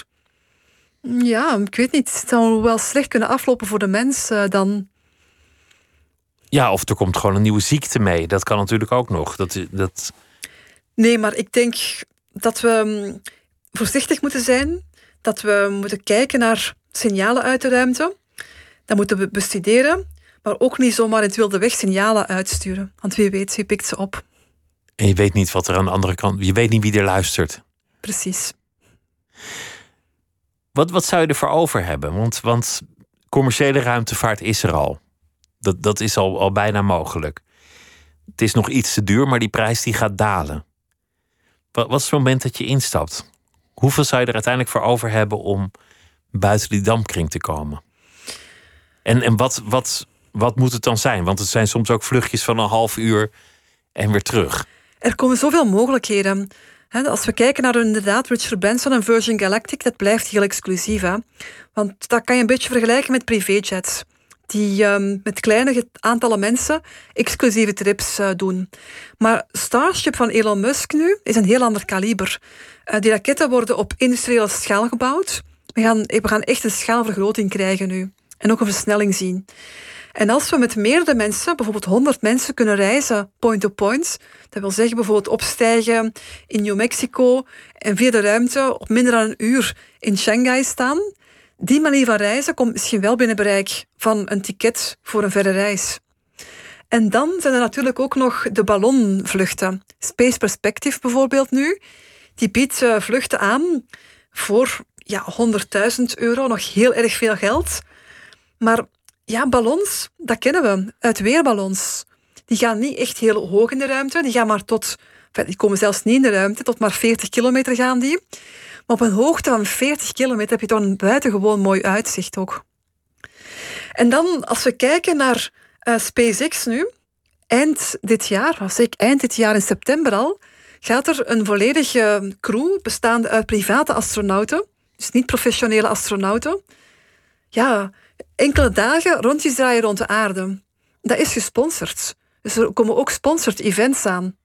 Ja, ik weet niet. Het zou wel slecht kunnen aflopen voor de mens dan. Ja, of er komt gewoon een nieuwe ziekte mee. Dat kan natuurlijk ook nog. Nee, maar ik denk dat we voorzichtig moeten zijn. Dat we moeten kijken naar signalen uit de ruimte. Dat moeten we bestuderen. Maar ook niet zomaar in het wilde weg signalen uitsturen. Want wie weet, wie pikt ze op. En je weet niet wat er aan de andere kant... Je weet niet wie er luistert. Precies. Wat zou je ervoor over hebben? Want commerciële ruimtevaart is er al. Dat is al bijna mogelijk. Het is nog iets te duur, maar die prijs die gaat dalen. Wat is het moment dat je instapt? Hoeveel zou je er uiteindelijk voor over hebben om buiten die dampkring te komen? En wat moet het dan zijn? Want het zijn soms ook vluchtjes van een half uur en weer terug. Er komen zoveel mogelijkheden. Als we kijken naar inderdaad Richard Branson en Virgin Galactic, dat blijft heel exclusief. Want dat kan je een beetje vergelijken met privéjets. Die met kleine aantallen mensen exclusieve trips doen. Maar Starship van Elon Musk nu is een heel ander kaliber. Die raketten worden op industriële schaal gebouwd. We gaan echt een schaalvergroting krijgen nu. En ook een versnelling zien. En als we met meerdere mensen, bijvoorbeeld 100 mensen, kunnen reizen point-to-point, dat wil zeggen bijvoorbeeld opstijgen in New Mexico en via de ruimte op minder dan een uur in Shanghai staan, die manier van reizen komt misschien wel binnen bereik van een ticket voor een verre reis. En dan zijn er natuurlijk ook nog de ballonvluchten. Space Perspective bijvoorbeeld nu, die biedt vluchten aan voor €100.000, nog heel erg veel geld. Maar ja, ballons, dat kennen we uit weerballons. Die gaan niet echt heel hoog in de ruimte. Die gaan maar die komen zelfs niet in de ruimte, tot maar 40 kilometer gaan die. Maar op een hoogte van 40 kilometer heb je toch een buitengewoon mooi uitzicht ook. En dan, als we kijken naar SpaceX nu, eind dit jaar in september al, gaat er een volledige crew bestaande uit private astronauten, dus niet professionele astronauten, enkele dagen rondjes draaien rond de aarde. Dat is gesponsord. Dus er komen ook sponsored events aan.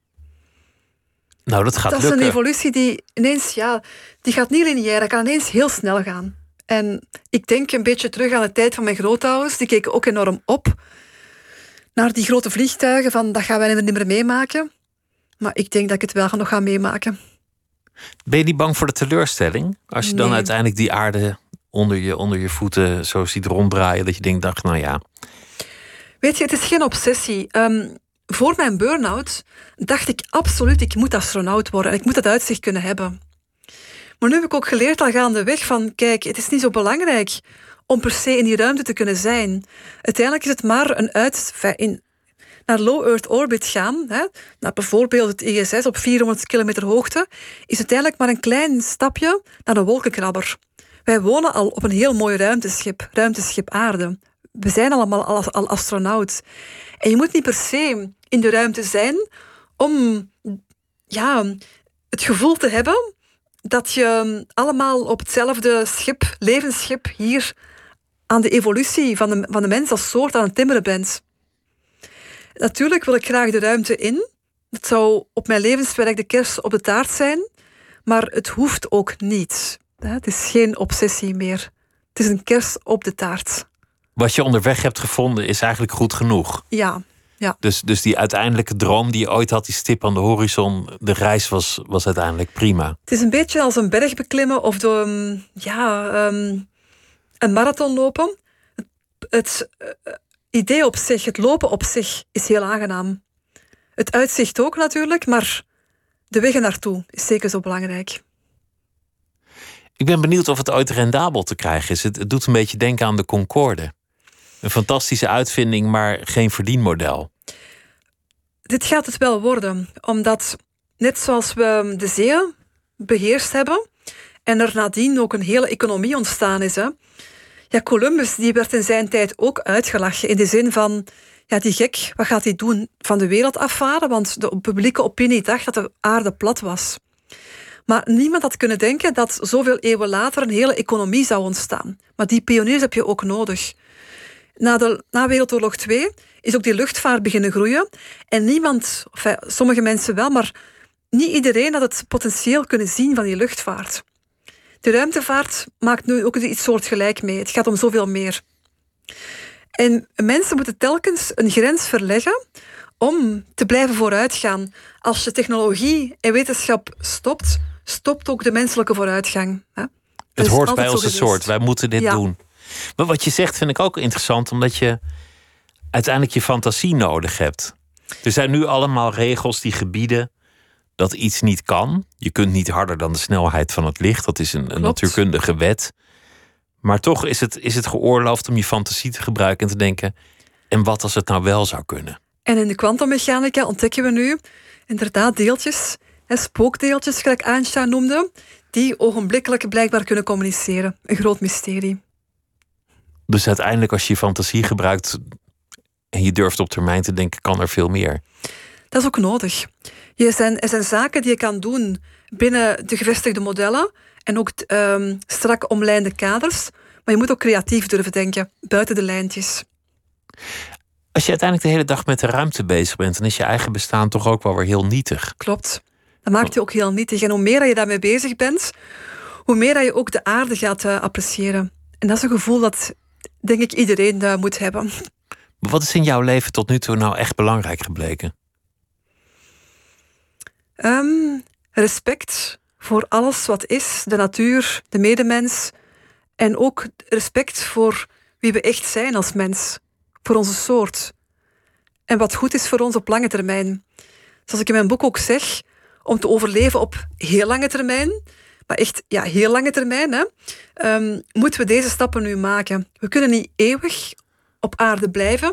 Nou, dat gaat lukken. Dat is een evolutie die ineens, die gaat niet lineair, dat kan ineens heel snel gaan. En ik denk een beetje terug aan de tijd van mijn grootouders. Die keken ook enorm op naar die grote vliegtuigen, van dat gaan wij niet meer meemaken. Maar ik denk dat ik het wel nog ga meemaken. Ben je niet bang voor de teleurstelling? Als je dan uiteindelijk die aarde onder je voeten zo ziet ronddraaien, dat je denkt, nou ja. Weet je, het is geen obsessie. Voor mijn burn-out dacht ik absoluut, ik moet astronaut worden. En ik moet dat uitzicht kunnen hebben. Maar nu heb ik ook geleerd al gaandeweg van, kijk, het is niet zo belangrijk om per se in die ruimte te kunnen zijn. Uiteindelijk is het maar naar low Earth orbit gaan, naar bijvoorbeeld het ISS op 400 kilometer hoogte, is uiteindelijk maar een klein stapje naar de wolkenkrabber. Wij wonen al op een heel mooi ruimteschip Aarde. We zijn allemaal al astronaut. En je moet niet per se in de ruimte zijn om het gevoel te hebben dat je allemaal op hetzelfde levensschip hier aan de evolutie van de mens als soort aan het timmeren bent. Natuurlijk wil ik graag de ruimte in. Het zou op mijn levenswerk de kers op de taart zijn, maar het hoeft ook niet. Het is geen obsessie meer. Het is een kers op de taart. Wat je onderweg hebt gevonden is eigenlijk goed genoeg. Ja. Dus die uiteindelijke droom die je ooit had, die stip aan de horizon, de reis was uiteindelijk prima. Het is een beetje als een berg beklimmen of een marathon lopen. Het idee op zich, het lopen op zich, is heel aangenaam. Het uitzicht ook natuurlijk, maar de weg ernaartoe is zeker zo belangrijk. Ik ben benieuwd of het ooit rendabel te krijgen is. Het doet een beetje denken aan de Concorde. Een fantastische uitvinding, maar geen verdienmodel. Dit gaat het wel worden, omdat net zoals we de zeeën beheerst hebben en er nadien ook een hele economie ontstaan is. Columbus die werd in zijn tijd ook uitgelachen in de zin van, die gek, wat gaat hij doen? Van de wereld afvaren? Want de publieke opinie dacht dat de aarde plat was. Maar niemand had kunnen denken dat zoveel eeuwen later een hele economie zou ontstaan. Maar die pioniers heb je ook nodig. Na Wereldoorlog 2 is ook die luchtvaart beginnen groeien. En sommige mensen wel, maar niet iedereen had het potentieel kunnen zien van die luchtvaart. De ruimtevaart maakt nu ook iets soortgelijk mee. Het gaat om zoveel meer. En mensen moeten telkens een grens verleggen om te blijven vooruitgaan. Als je technologie en wetenschap stopt ook de menselijke vooruitgang. Het hoort bij onze soort. Wij moeten dit doen. Maar wat je zegt vind ik ook interessant, omdat je uiteindelijk je fantasie nodig hebt. Er zijn nu allemaal regels die gebieden dat iets niet kan. Je kunt niet harder dan de snelheid van het licht. Dat is een natuurkundige wet. Maar toch is het geoorloofd om je fantasie te gebruiken en te denken, en wat als het nou wel zou kunnen? En in de kwantummechanica ontdekken we nu inderdaad deeltjes, spookdeeltjes, gelijk Einstein noemde, die ogenblikkelijk blijkbaar kunnen communiceren. Een groot mysterie. Dus uiteindelijk als je je fantasie gebruikt en je durft op termijn te denken, kan er veel meer. Dat is ook nodig. Er zijn zaken die je kan doen binnen de gevestigde modellen en ook strak omlijnde kaders. Maar je moet ook creatief durven denken, buiten de lijntjes. Als je uiteindelijk de hele dag met de ruimte bezig bent, dan is je eigen bestaan toch ook wel weer heel nietig. Klopt. Dat maakt je ook heel nietig. En hoe meer je daarmee bezig bent, hoe meer je ook de aarde gaat appreciëren. En dat is een gevoel dat, denk ik, iedereen moet hebben. Wat is in jouw leven tot nu toe nou echt belangrijk gebleken? Respect voor alles wat is, de natuur, de medemens. En ook respect voor wie we echt zijn als mens. Voor onze soort. En wat goed is voor ons op lange termijn. Zoals ik in mijn boek ook zeg, om te overleven op heel lange termijn, maar echt heel lange termijn, moeten we deze stappen nu maken. We kunnen niet eeuwig op aarde blijven.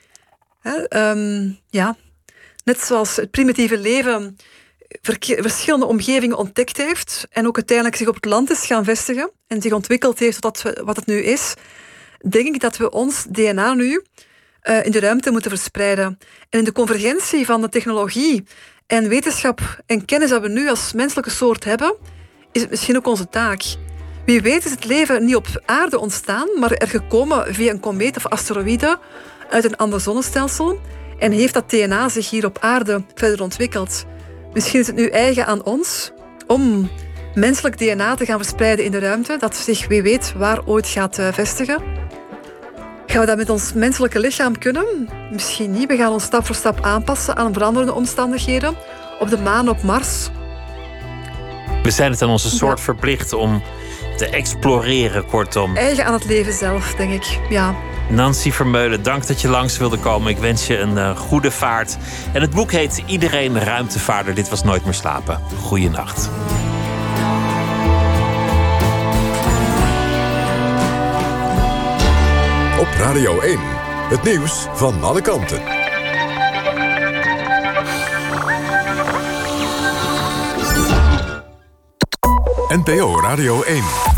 Net zoals het primitieve leven verschillende omgevingen ontdekt heeft en ook uiteindelijk zich op het land is gaan vestigen en zich ontwikkeld heeft tot wat het nu is, denk ik dat we ons DNA nu in de ruimte moeten verspreiden. En in de convergentie van de technologie en wetenschap en kennis dat we nu als menselijke soort hebben, is het misschien ook onze taak. Wie weet is het leven niet op aarde ontstaan, maar er gekomen via een komeet of asteroïde uit een ander zonnestelsel en heeft dat DNA zich hier op aarde verder ontwikkeld. Misschien is het nu eigen aan ons om menselijk DNA te gaan verspreiden in de ruimte, dat zich wie weet waar ooit gaat vestigen. Gaan we dat met ons menselijke lichaam kunnen? Misschien niet. We gaan ons stap voor stap aanpassen aan veranderende omstandigheden. Op de maan, op Mars. We zijn het aan onze soort verplicht om te exploreren, kortom. Eigen aan het leven zelf, denk ik. Ja. Nancy Vermeulen, dank dat je langs wilde komen. Ik wens je een goede vaart. En het boek heet Iedereen Ruimtevaarder. Dit was Nooit meer slapen. Goeienacht. Radio 1. Het nieuws van alle kanten. NPO Radio 1.